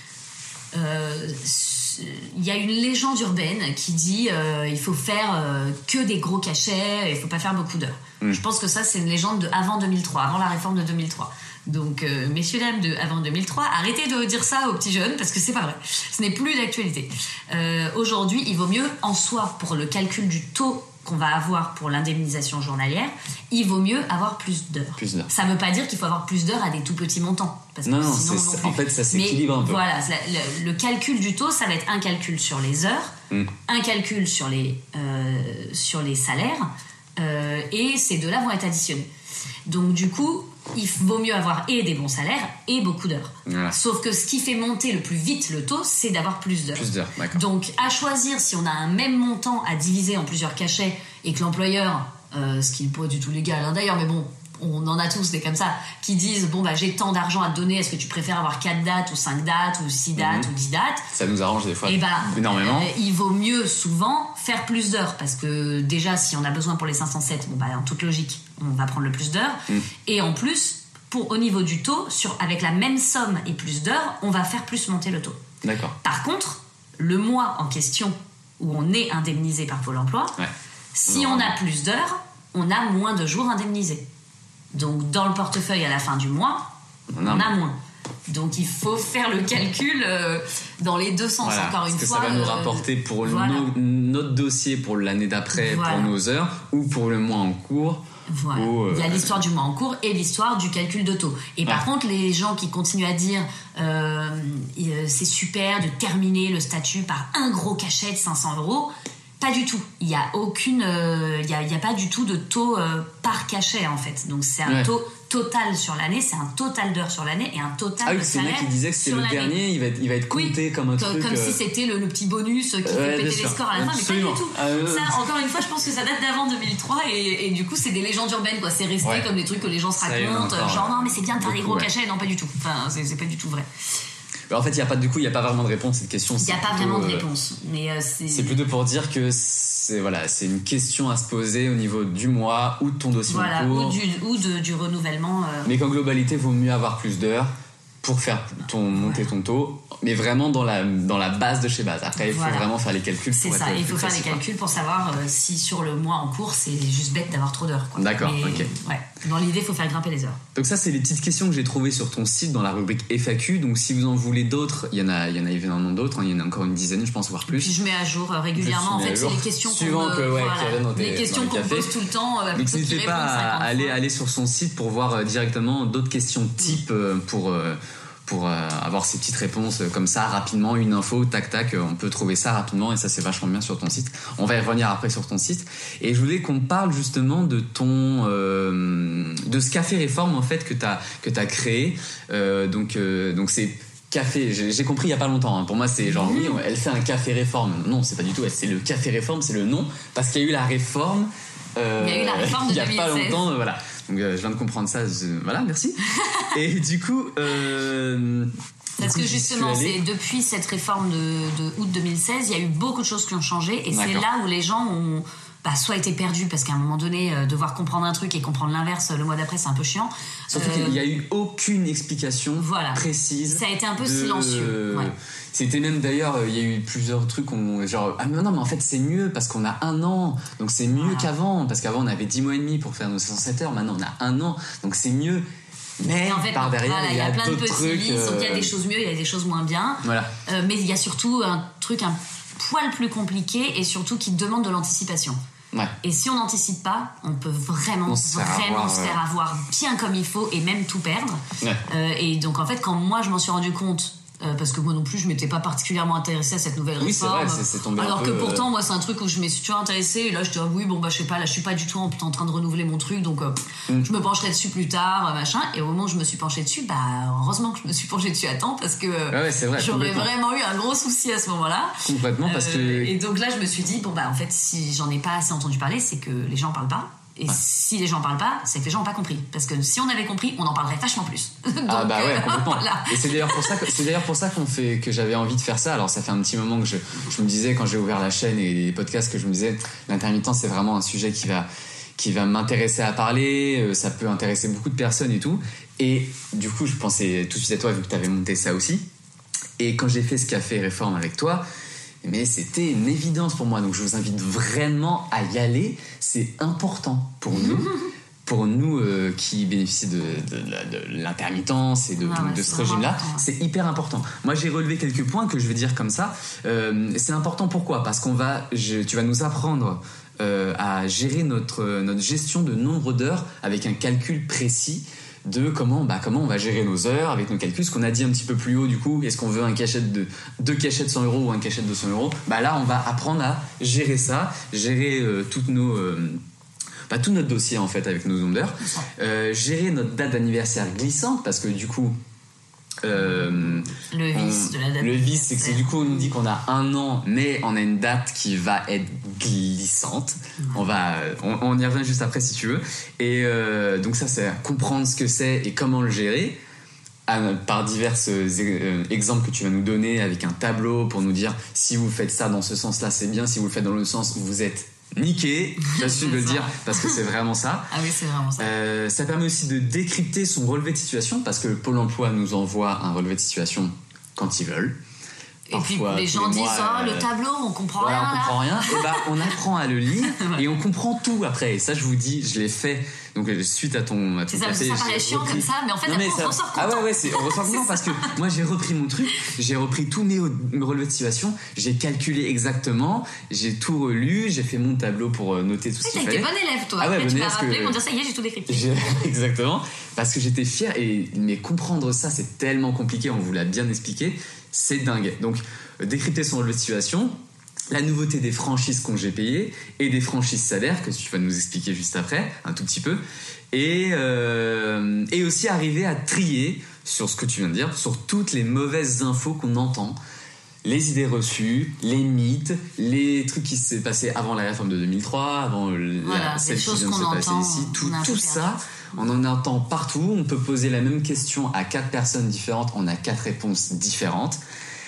Il y a une légende urbaine qui dit il faut faire que des gros cachets, il faut pas faire beaucoup d'heures. Je pense que ça, c'est une légende de avant 2003, avant la réforme de 2003. Donc, messieurs, dames de avant 2003, arrêtez de dire ça aux petits jeunes parce que c'est pas vrai. Ce n'est plus d'actualité. Aujourd'hui, il vaut mieux, en soi, pour le calcul du taux qu'on va avoir pour l'indemnisation journalière, il vaut mieux avoir plus d'heures. Ça ne veut pas dire qu'il faut avoir plus d'heures à des tout petits montents. Parce que sinon, en fait, ça s'équilibre un peu. Voilà, le calcul du taux, ça va être un calcul sur les heures, un calcul sur les salaires, et ces deux-là vont être additionnés. Donc, du coup, il vaut mieux avoir et des bons salaires et beaucoup d'heures. Voilà. Sauf que ce qui fait monter le plus vite le taux, c'est d'avoir plus d'heures. Donc, à choisir, si on a un même montant à diviser en plusieurs cachets et que l'employeur, ce qui n'est pas du tout légal d'ailleurs, mais bon, on en a tous des comme ça, qui disent bon, bah, j'ai tant d'argent à te donner, est-ce que tu préfères avoir 4 dates ou 5 dates ou 6 dates ou 10 dates ? Ça nous arrange des fois énormément. Il vaut mieux souvent faire plus d'heures parce que déjà, si on a besoin pour les 507, bon, bah, en toute logique, on va prendre le plus d'heures. Et en plus, au niveau du taux, avec la même somme et plus d'heures, on va faire plus monter le taux. D'accord. Par contre, le mois en question où on est indemnisé par Pôle emploi, si on a plus d'heures, on a moins de jours indemnisés. Donc, dans le portefeuille à la fin du mois, on a moins. Donc il faut faire le calcul dans les deux sens, voilà, encore une fois. Parce que ça va nous rapporter pour notre dossier pour l'année d'après, pour nos heures, ou pour le mois en cours. Voilà. Il y a l'histoire du mois en cours et l'histoire du calcul de taux. Et par contre, les gens qui continuent à dire c'est super de terminer le statut par un gros cachet de 500 €, pas du tout. Il n'y a pas du tout de taux par cachet en fait. Donc c'est un taux total sur l'année, c'est un total d'heures sur l'année et un total de salaire. C'est le mec qui disait que c'est le dernier, il va être compté comme un truc. Comme si c'était le petit bonus qui fait péter les scores à la fin, mais pas du tout. Ça, encore une fois, je pense que ça date d'avant 2003 et du coup, c'est des légendes urbaines, quoi. C'est resté comme des trucs que les gens se racontent. Genre, non, mais c'est bien de faire des gros cachets. Non, pas du tout. Enfin, c'est pas du tout vrai. En fait, il n'y a pas vraiment de réponse à cette question. Il n'y a pas vraiment de réponse. Mais c'est plutôt pour dire que c'est une question à se poser au niveau du mois ou de ton dossier en cours. Ou du renouvellement. Mais qu'en globalité, il vaut mieux avoir plus d'heures pour faire monter ton taux, mais vraiment dans la base de chez base. Après, il faut vraiment faire les calculs. C'est ça, il faut faire les calculs pour savoir si sur le mois en cours, c'est juste bête d'avoir trop d'heures. D'accord, ok. Ouais. Dans l'idée, il faut faire grimper les heures. Donc ça, c'est les petites questions que j'ai trouvées sur ton site dans la rubrique FAQ. Donc si vous en voulez d'autres, il y en a évidemment d'autres. Il y en a encore une dizaine, je pense, voire plus. Puis je mets à jour régulièrement. En fait, c'est les questions les questions qu'on pose tout le temps. Donc n'hésitez pas à aller sur son site pour voir directement d'autres questions type pour avoir ces petites réponses comme ça rapidement, une info, tac tac, on peut trouver ça rapidement et ça c'est vachement bien sur ton site. On va y revenir après sur ton site et je voulais qu'on parle justement de de ce café réforme en fait que t'as créé. Donc c'est café, j'ai compris il y a pas longtemps. Pour moi c'est genre oui, elle fait un café réforme. Non, c'est pas du tout. C'est le café réforme, c'est le nom parce qu'il y a eu la réforme. Il y a eu la réforme de 2016. Il y a pas longtemps, voilà. Donc je viens de comprendre ça, voilà, merci. Et du coup... parce que justement, c'est depuis cette réforme de août 2016, il y a eu beaucoup de choses qui ont changé et c'est là où les gens ont soit été perdus parce qu'à un moment donné, devoir comprendre un truc et comprendre l'inverse le mois d'après, c'est un peu chiant. Surtout qu'il n'y a eu aucune explication précise. Ça a été un peu silencieux. Ouais. C'était même d'ailleurs, il y a eu plusieurs trucs genre non mais en fait c'est mieux parce qu'on a 1 an, donc c'est mieux qu'avant, parce qu'avant on avait 10 mois et demi pour faire nos 507 heures, maintenant on a 1 an, donc c'est mieux. Mais en fait, par derrière, il y a plein de petits trucs. Donc il y a des choses mieux, il y a des choses moins bien. Voilà. Mais il y a surtout un truc un poil plus compliqué et surtout qui demande de l'anticipation. Ouais. Et si on n'anticipe pas, on peut vraiment se faire avoir bien comme il faut et même tout perdre. Ouais. Et donc en fait, quand moi je m'en suis rendu compte, parce que moi non plus je m'étais pas particulièrement intéressée à cette nouvelle réforme, c'est tombé alors un que peu, pourtant moi c'est un truc où je m'y suis toujours intéressée et là je dis je sais pas, là je suis pas du tout en train de renouveler mon truc, donc je me pencherai dessus plus tard, machin. Et au moment où je me suis penchée dessus, heureusement que je me suis penchée dessus à temps parce que c'est vrai, j'aurais vraiment eu un gros souci à ce moment-là. Complètement, parce que... Et donc là je me suis dit en fait si j'en ai pas assez entendu parler, c'est que les gens parlent pas. Et si les gens parlent pas, c'est que les gens n'ont pas compris. Parce que si on avait compris, on en parlerait vachement plus. Donc, complètement. Voilà. Et c'est d'ailleurs pour ça que j'avais envie de faire ça. Alors ça fait un petit moment que je me disais, quand j'ai ouvert la chaîne et les podcasts, que je me disais l'intermittence c'est vraiment un sujet qui va m'intéresser à parler, ça peut intéresser beaucoup de personnes et tout. Et du coup je pensais tout de suite à toi vu que tu avais monté ça aussi. Et quand j'ai fait ce café réforme avec toi, mais c'était une évidence pour moi, donc je vous invite vraiment à y aller. C'est important pour nous qui bénéficient de l'intermittence et de ce régime-là. C'est hyper important. Moi j'ai relevé quelques points que je vais dire comme ça. C'est important pourquoi ? Parce tu vas nous apprendre à gérer notre gestion de nombre d'heures avec un calcul précis de comment on va gérer nos heures avec nos calculs, ce qu'on a dit un petit peu plus haut. Du coup, est-ce qu'on veut deux cachets de 100 € ou un cachet de 200 €? Là on va apprendre à gérer ça, gérer tout notre dossier en fait avec nos nombres d'heures, gérer notre date d'anniversaire glissante, parce que du coup le vice de la date. Le vice, c'est que du coup on nous dit qu'on a 1 an, mais on a une date qui va être glissante. On y revient juste après si tu veux. Et donc ça, c'est comprendre ce que c'est et comment le gérer. Par divers exemples que tu vas nous donner avec un tableau pour nous dire si vous faites ça dans ce sens-là, c'est bien. Si vous le faites dans l'autre sens, vous êtes niqué, j'assume de le dire parce que c'est vraiment ça. Ah oui, c'est vraiment ça. Ça permet aussi de décrypter son relevé de situation, parce que Pôle emploi nous envoie un relevé de situation quand ils veulent. Et puis les gens disent le tableau, on comprend rien. On comprend rien. Et on apprend à le lire et on comprend tout après. Et ça, je vous dis, je l'ai fait. Donc suite à ton c'est ça, ça paraît chiant comme ça, mais en fait après, on ressort content. On ressort content parce que moi j'ai repris mon truc, j'ai repris tous mes relevés de situation, j'ai calculé exactement, j'ai tout relu, j'ai fait mon tableau pour noter tout ce qu'il fallait. T'as été bon élève toi. Après, tu m'as rappelé pour dire ça y est, j'ai tout décrypté. Exactement, parce que j'étais fier mais comprendre ça c'est tellement compliqué, on vous l'a bien expliqué, c'est dingue. Donc décrypter son relevé de situation. La nouveauté des franchises congés payés et des franchises salaires que tu vas nous expliquer juste après, un tout petit peu, et aussi arriver à trier sur ce que tu viens de dire, sur toutes les mauvaises infos qu'on entend, les idées reçues, les mythes, les trucs qui s'est passé avant la réforme de 2003, avant celle qui vient de se passer ici, tout ça. On en entend partout, on peut poser la même question à 4 personnes différentes, on a 4 réponses différentes.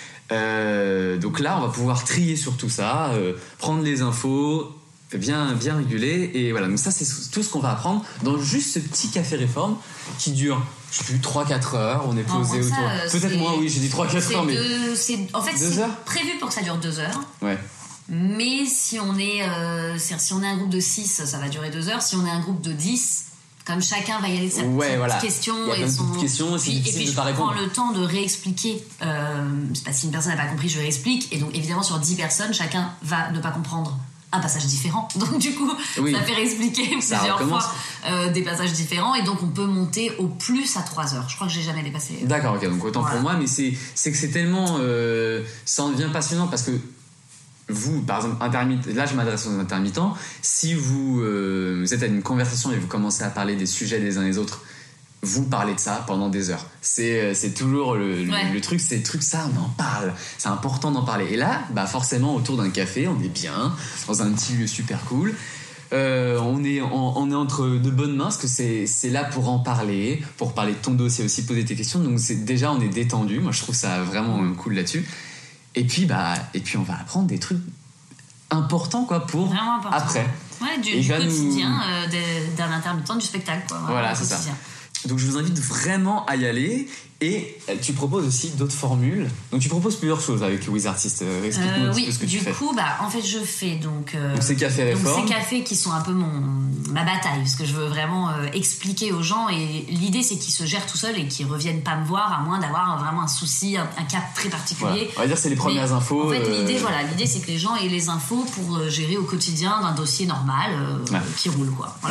Donc là on va pouvoir trier sur tout ça, prendre les infos bien réguler, et voilà, donc ça c'est tout ce qu'on va apprendre dans juste ce petit café réforme qui dure, je sais plus, 3-4 heures, on est posé autour, peut-être moins, oui j'ai dit 3-4 heures, mais en fait c'est prévu pour que ça dure 2 heures. Ouais. Mais si on est si on est un groupe de 6, ça va durer 2 heures. Si on est un groupe de 10, comme chacun va y aller de sa petite question et son question, et puis je prends le temps de réexpliquer, c'est pas si une personne n'a pas compris, je réexplique, et donc évidemment sur 10 personnes chacun va ne pas comprendre un passage différent, donc du coup ça fait réexpliquer plusieurs fois des passages différents, et donc on peut monter au plus à 3 heures. Je crois que j'ai jamais dépassé. D'accord, ok, donc autant pour moi, mais c'est que c'est tellement ça en devient passionnant, parce que vous, par exemple, là je m'adresse aux intermittents, si vous êtes à une conversation et vous commencez à parler des sujets des uns des autres, vous parlez de ça pendant des heures. C'est toujours le truc, c'est le truc, ça on en parle, c'est important d'en parler. Et là, forcément autour d'un café, on est bien, dans un petit lieu super cool, on est entre de bonnes mains, parce que c'est là pour en parler, pour parler de ton dossier aussi, poser tes questions, donc déjà on est détendu, moi je trouve ça vraiment cool là-dessus. Et puis on va apprendre des trucs importants pour après. Ouais, du quotidien d'un intermittent du spectacle, quoi. Voilà, c'est ça. Donc je vous invite vraiment à y aller. Et tu proposes aussi d'autres formules. Donc tu proposes plusieurs choses avec WizArtist. Explique-nous un petit peu ce que tu fais. Du coup, en fait, je fais donc ces cafés réformes. Ces cafés qui sont un peu ma bataille, parce que je veux vraiment expliquer aux gens. Et l'idée, c'est qu'ils se gèrent tout seuls et qu'ils reviennent pas me voir, à moins d'avoir vraiment un souci, un cas très particulier. Voilà. On va dire que c'est les premières infos. En fait, l'idée, c'est que les gens aient les infos pour gérer au quotidien d'un dossier normal qui roule, quoi. Voilà.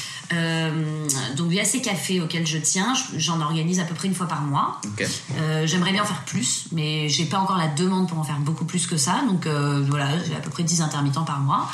Donc il y a ces cafés auxquels je tiens, j'en organise à peu près 1 fois par mois. Okay. J'aimerais bien en faire plus, mais j'ai pas encore la demande pour en faire beaucoup plus que ça, donc voilà, j'ai à peu près 10 intermittents par mois.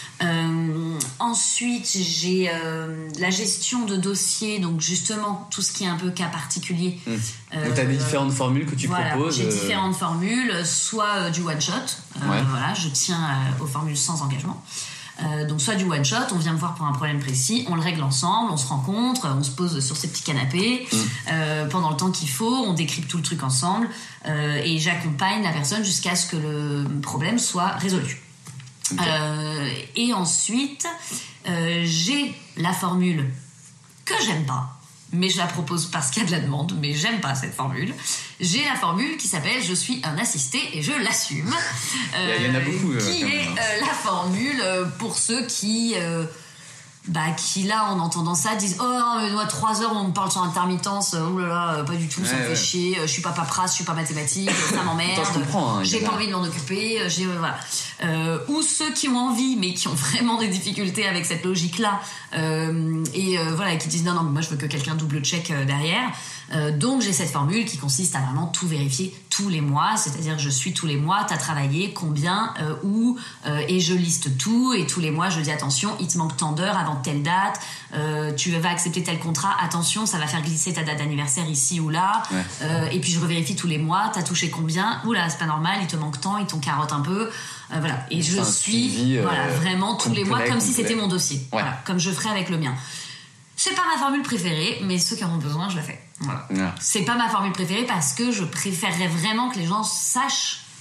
Ensuite j'ai la gestion de dossiers, donc justement tout ce qui est un peu cas particulier. Donc tu as des différentes formules que tu proposes. J'ai différentes formules, soit du one shot, voilà, je tiens aux formules sans engagement. Donc soit du one shot, on vient me voir pour un problème précis, on le règle ensemble, on se rencontre, on se pose sur ces petits canapés pendant le temps qu'il faut, on décrypte tout le truc ensemble, et j'accompagne la personne jusqu'à ce que le problème soit résolu. Okay. Et ensuite j'ai la formule que j'aime pas, mais je la propose parce qu'il y a de la demande, mais j'aime pas cette formule. J'ai la formule qui s'appelle « Je suis un assisté et je l'assume ». Il y en a beaucoup. Qui est la formule pour ceux qui là, en entendant ça, disent « Oh, mais moi, 3 heures, on me parle sur intermittence, oh là là, pas du tout, ça me fait chier, je suis pas paperasse, je suis pas mathématique, ça m'emmerde, j'ai pas envie de m'en occuper, voilà. » Ou ceux qui ont envie, mais qui ont vraiment des difficultés avec cette logique-là, voilà, qui disent « Non, mais moi, je veux que quelqu'un double-check derrière. » Donc j'ai cette formule qui consiste à vraiment tout vérifier tous les mois, c'est-à-dire que je suis tous les mois, t'as travaillé, combien, où, et je liste tout, et tous les mois je dis attention, il te manque tant d'heures avant telle date, tu vas accepter tel contrat, attention, ça va faire glisser ta date d'anniversaire ici ou là, et puis je revérifie tous les mois, t'as touché combien, oula c'est pas normal, il te manque tant, il t'en carotte un peu, voilà, et je suis vraiment tous les mois comme si c'était mon dossier, voilà, comme je ferais avec le mien. C'est pas ma formule préférée, mais ceux qui en ont besoin, je la fais. Voilà. C'est pas ma formule préférée parce que je préférerais vraiment que les gens sachent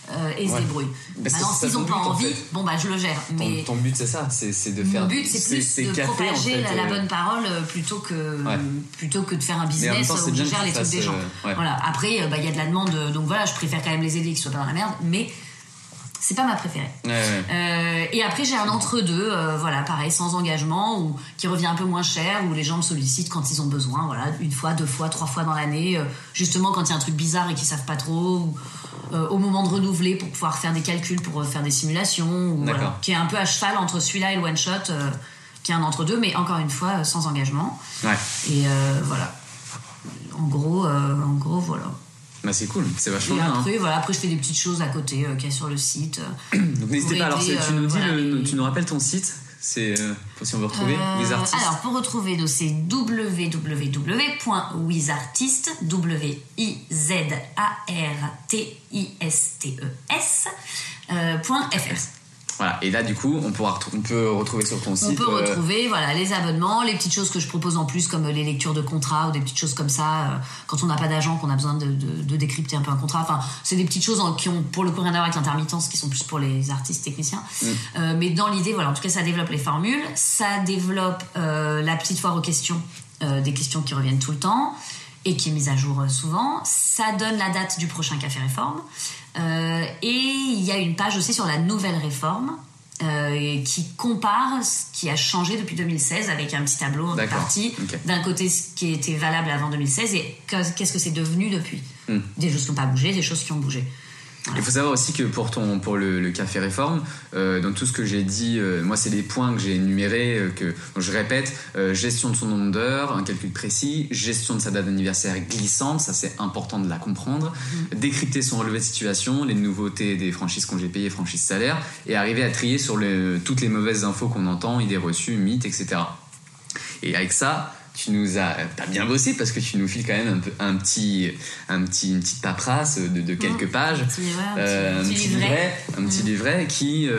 et se débrouille. Maintenant, s'ils n'ont pas envie, bon bah je le gère. Mais ton but c'est ça, c'est de faire. Mon but c'est plus de cafés, propager la bonne parole plutôt que de faire un business où je gère les trucs des gens. Voilà. Après, il y a de la demande, donc voilà, je préfère quand même les aider qu'ils soient pas dans la merde, mais c'est pas ma préférée. Et après j'ai un entre-deux, voilà, pareil, sans engagement, ou qui revient un peu moins cher, où les gens me sollicitent quand ils ont besoin, voilà, 1 fois, 2 fois, 3 fois dans l'année, justement quand il y a un truc bizarre et qu'ils savent pas trop, ou, au moment de renouveler pour pouvoir faire des calculs, pour faire des simulations, ou, voilà, qui est un peu à cheval entre celui-là et le one shot, qui est un entre-deux, mais encore une fois sans engagement. Et voilà. En gros, voilà. Bah c'est cool, c'est vachement bien. Après, après je fais des petites choses à côté qu'il y a sur le site. Donc n'hésitez pas. Alors tu nous dis, tu nous rappelles ton site. C'est si on veut retrouver Wizartist. Alors pour retrouver, donc c'est www.wizartist WIZARTISTES.fr. Voilà, et là du coup on peut retrouver sur ton site. On peut retrouver voilà, les abonnements, les petites choses que je propose en plus, comme les lectures de contrats ou des petites choses comme ça, quand on n'a pas d'agent, qu'on a besoin de décrypter un peu un contrat. Enfin, c'est des petites choses qui ont pour le coup rien à voir avec l'intermittence, qui sont plus pour les artistes techniciens. Mais dans l'idée, voilà, en tout cas ça développe les formules, ça développe la petite foire aux questions, des questions qui reviennent tout le temps et qui est mise à jour souvent. Ça donne la date du prochain Café Réforme. Et il y a une page aussi sur la nouvelle réforme qui compare ce qui a changé depuis 2016 avec un petit tableau de partie. D'un côté ce qui était valable avant 2016 et qu'est-ce que c'est devenu depuis. Des choses qui n'ont pas bougé, des choses qui ont bougé. Il faut savoir aussi que pour le Café Réforme, dans tout ce que j'ai dit, moi c'est des points que j'ai énumérés, donc je répète, gestion de son nombre d'heures, un calcul précis, gestion de sa date d'anniversaire glissante, ça c'est important de la comprendre, décrypter son relevé de situation, les nouveautés des franchises congés payés, franchises salaires, et arriver à trier sur toutes les mauvaises infos qu'on entend, idées reçues, mythes, etc. Et avec ça, tu nous as pas bien bossé parce que tu nous files quand même une petite paperasse de quelques pages, un petit livret qui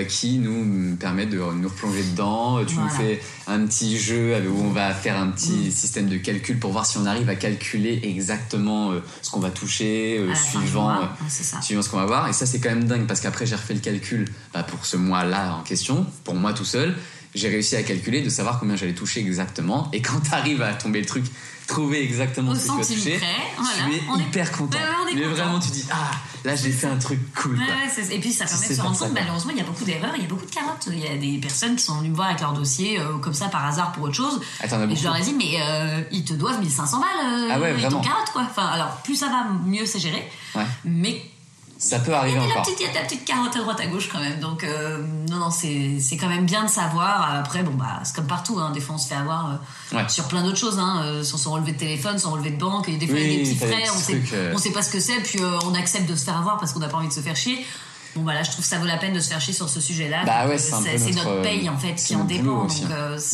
nous permet de nous replonger dedans. Tu nous fais un petit jeu où on va faire un petit système de calcul pour voir si on arrive à calculer exactement ce qu'on va toucher suivant ce qu'on va voir. Et ça c'est quand même dingue parce qu'après j'ai refait le calcul pour ce mois-là en question, pour moi tout seul. J'ai réussi à calculer, de savoir combien j'allais toucher exactement. Et quand t'arrives à tomber le truc, trouver exactement ce que tu vas toucher, tu es hyper content. Mais vraiment, tu dis, là j'ai fait un truc cool. Et puis ça permet de se rendre compte, malheureusement, il y a beaucoup d'erreurs, il y a beaucoup de carottes. Il y a des personnes qui sont venues me voir avec leur dossier, comme ça, par hasard, pour autre chose. Et je leur ai dit, mais ils te doivent 1500 balles, et ton carotte, quoi. Enfin, alors, plus ça va, mieux c'est géré. Mais ça peut arriver encore. Il y a ta petite carotte à droite à gauche quand même. Donc non, c'est quand même bien de savoir. Après, c'est comme partout. Des fois, on se fait avoir sur plein d'autres choses. Sur son relevé de téléphone, son relevé de banque. Et des fois, il y a des petits frais. On sait pas ce que c'est. Puis on accepte de se faire avoir parce qu'on n'a pas envie de se faire chier. Bon, là, je trouve que ça vaut la peine de se faire chier sur ce sujet-là. C'est notre paye en fait qui en dépend. Donc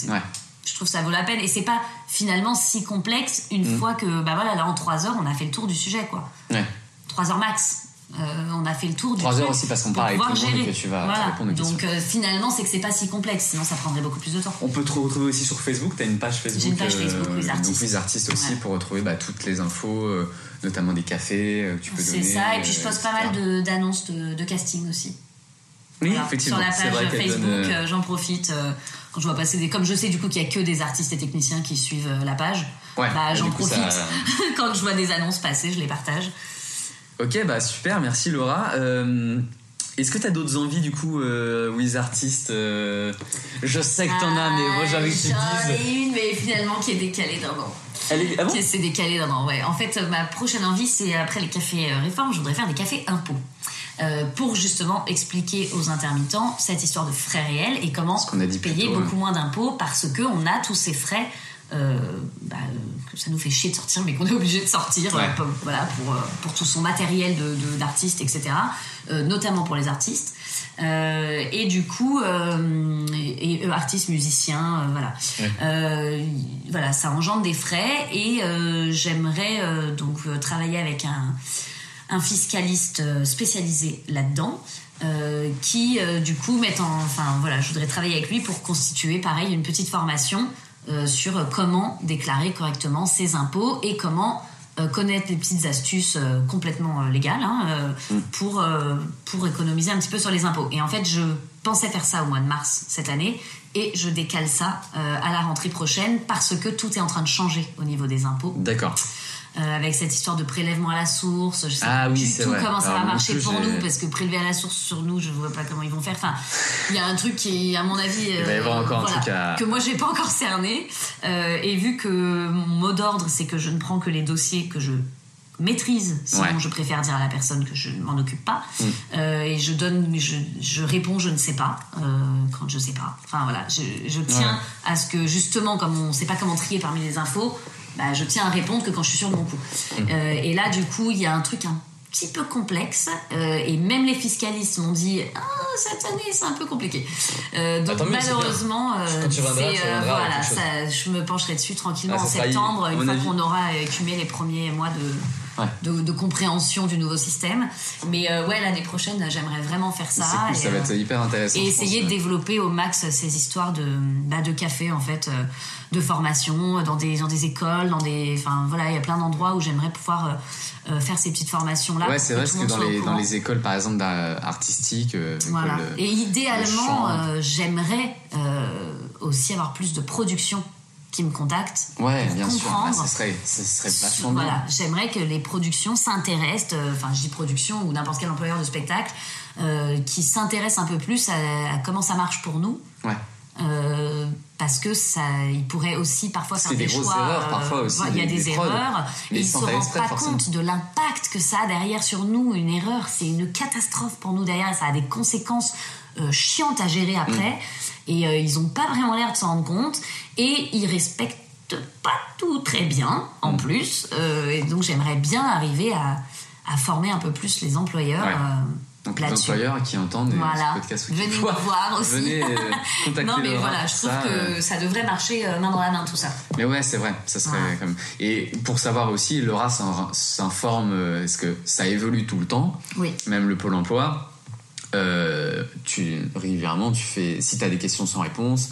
je trouve que ça vaut la peine. Et c'est pas finalement si complexe une fois que là en 3 heures, on a fait le tour du sujet, quoi. 3 heures max. On a fait le tour du 3 heures aussi parce qu'on parle avec tout le monde et que tu vas répondre aux questions. Donc finalement c'est que c'est pas si complexe, sinon ça prendrait beaucoup plus de temps. On peut te retrouver aussi sur Facebook, t'as une page Facebook. J'ai une page Facebook Wizartist. Donc Wizartist aussi pour retrouver toutes les infos, notamment des cafés que tu peux donner. C'est ça, et puis je poste pas mal d'annonces de casting aussi. Oui, effectivement. Sur la page Facebook, j'en profite quand je vois passer comme je sais du coup qu'il y a que des artistes et techniciens qui suivent la page, j'en profite quand je vois des annonces passer, je les partage. Ok, super, merci Laura. Est-ce que t'as d'autres envies du coup, Wizartist Je sais que t'en as, mais moi j'ai envie que tu dises. J'en ai une, mais finalement qui est décalée d'un an. C'est décalé d'un an, ouais. En fait, ma prochaine envie, c'est après les cafés réformes, je voudrais faire des cafés impôts. Pour justement expliquer aux intermittents cette histoire de frais réels et comment payer beaucoup moins d'impôts parce qu'on a tous ces frais. Que ça nous fait chier de sortir mais qu'on est obligé de sortir pour tout son matériel d'artistes, etc., notamment pour les artistes et du coup artistes, musiciens, ça engendre des frais et j'aimerais donc travailler avec un fiscaliste spécialisé là-dedans qui du coup je voudrais travailler avec lui pour constituer pareil une petite formation sur comment déclarer correctement ses impôts et comment connaître les petites astuces complètement légales pour économiser un petit peu sur les impôts. Et en fait, je pensais faire ça au mois de mars cette année et je décale ça à la rentrée prochaine parce que tout est en train de changer au niveau des impôts. D'accord. Avec cette histoire de prélèvement à la source, je sais pas du tout comment ça va marcher pour j'ai... nous, parce que prélever à la source sur nous, je ne vois pas comment ils vont faire. Enfin, il y a un truc qui, à mon avis, il va y avoir encore un truc que moi j'ai pas encore cerné. Et vu que mon mot d'ordre, c'est que je ne prends que les dossiers que je maîtrise, sinon je préfère dire à la personne que je ne m'en occupe pas. Et je réponds je ne sais pas quand je sais pas. Enfin voilà, je tiens à ce que justement, comme on ne sait pas comment trier parmi les infos, je tiens à répondre que quand je suis sûre de mon coup. Et là, du coup, il y a un truc un petit peu complexe. Et même les fiscalistes m'ont dit cette année, c'est un peu compliqué. Donc, malheureusement, je me pencherai dessus tranquillement en septembre, une fois qu'on aura écumé les premiers mois de compréhension du nouveau système. Mais l'année prochaine, j'aimerais vraiment faire ça. C'est cool, ça va être hyper intéressant. Et essayer de développer au max ces histoires de café, en fait, de formation dans des écoles, il y a plein d'endroits où j'aimerais pouvoir faire ces petites formations-là. Ouais, c'est vrai, parce que dans les écoles, par exemple, artistiques... voilà. Et idéalement, j'aimerais aussi avoir plus de production qui me contactent pour bien comprendre. Sûr. Ça serait vachement bien. Voilà, j'aimerais que les productions s'intéressent, je dis production ou n'importe quel employeur de spectacle, qui s'intéresse un peu plus à comment ça marche pour nous. Ouais. Parce que il pourrait aussi parfois faire des grosses choix. Erreurs, parfois aussi. Il y a des erreurs. Et ils ne se rendent pas compte de l'impact que ça a derrière sur nous. Une erreur, c'est une catastrophe pour nous derrière. Ça a des conséquences chiantes à gérer après. Et ils n'ont pas vraiment l'air de s'en rendre compte. Et ils respectent pas tout très bien, en plus. Et donc, j'aimerais bien arriver à former un peu plus les employeurs. Donc les employeurs qui entendent ce podcast, venez nous voir aussi. Venez contacter non mais Laura, je trouve que ça devrait marcher main dans la main tout ça. Mais ouais, c'est vrai, ça serait comme. Et pour savoir aussi, Laura s'informe, est-ce que ça évolue tout le temps? Oui. Même le Pôle Emploi. Régulièrement tu fais, si t'as des questions sans réponse,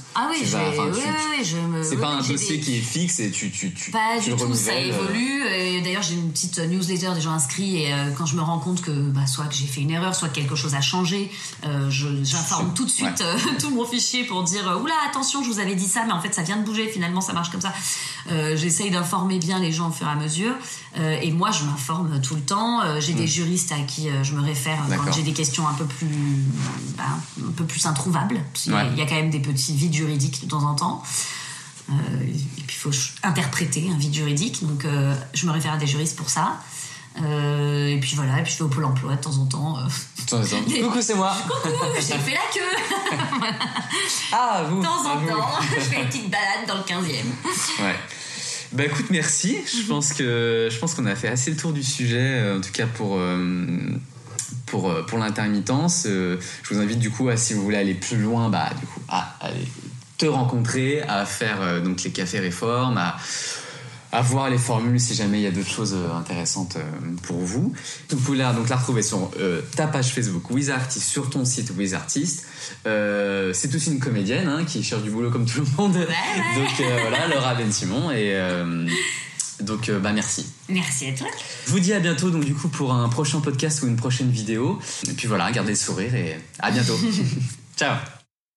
c'est pas un dossier qui est fixe et tu pas tu du le tout, renouvelles. ça évolue. Et d'ailleurs j'ai une petite newsletter des gens inscrits et quand je me rends compte que soit que j'ai fait une erreur, soit que quelque chose a changé, j'informe tout de suite tout mon fichier pour dire oula attention, je vous avais dit ça mais en fait ça vient de bouger, finalement ça marche comme ça. J'essaye d'informer bien les gens au fur et à mesure et moi je m'informe tout le temps. J'ai des juristes à qui je me réfère quand j'ai des questions un peu plus introuvables. Il y a quand même des petits vides juridiques de temps en temps. Et puis il faut interpréter un vide juridique. Donc je me réfère à des juristes pour ça. Et puis voilà, et puis je vais au Pôle Emploi de temps en temps. Coucou, c'est moi. Coucou, j'ai fait la queue. Ah, vous. De temps en temps, je fais une petite balade dans le 15e. Ouais. Bah écoute, merci. Je pense qu'on a fait assez le tour du sujet, en tout cas pour l'intermittence. Je vous invite du coup si vous voulez aller plus loin, du coup à aller te rencontrer, à faire donc les cafés réformes, à voir les formules si jamais il y a d'autres choses intéressantes pour vous. Vous pouvez la retrouver sur ta page Facebook Wizartist, sur ton site Wizartist. C'est aussi une comédienne qui cherche du boulot comme tout le monde. Ouais. Donc voilà, Laura Ben-Simon et donc merci. Merci à toi. Je vous dis à bientôt donc du coup pour un prochain podcast ou une prochaine vidéo. Et puis voilà, gardez le sourire et à bientôt. Ciao.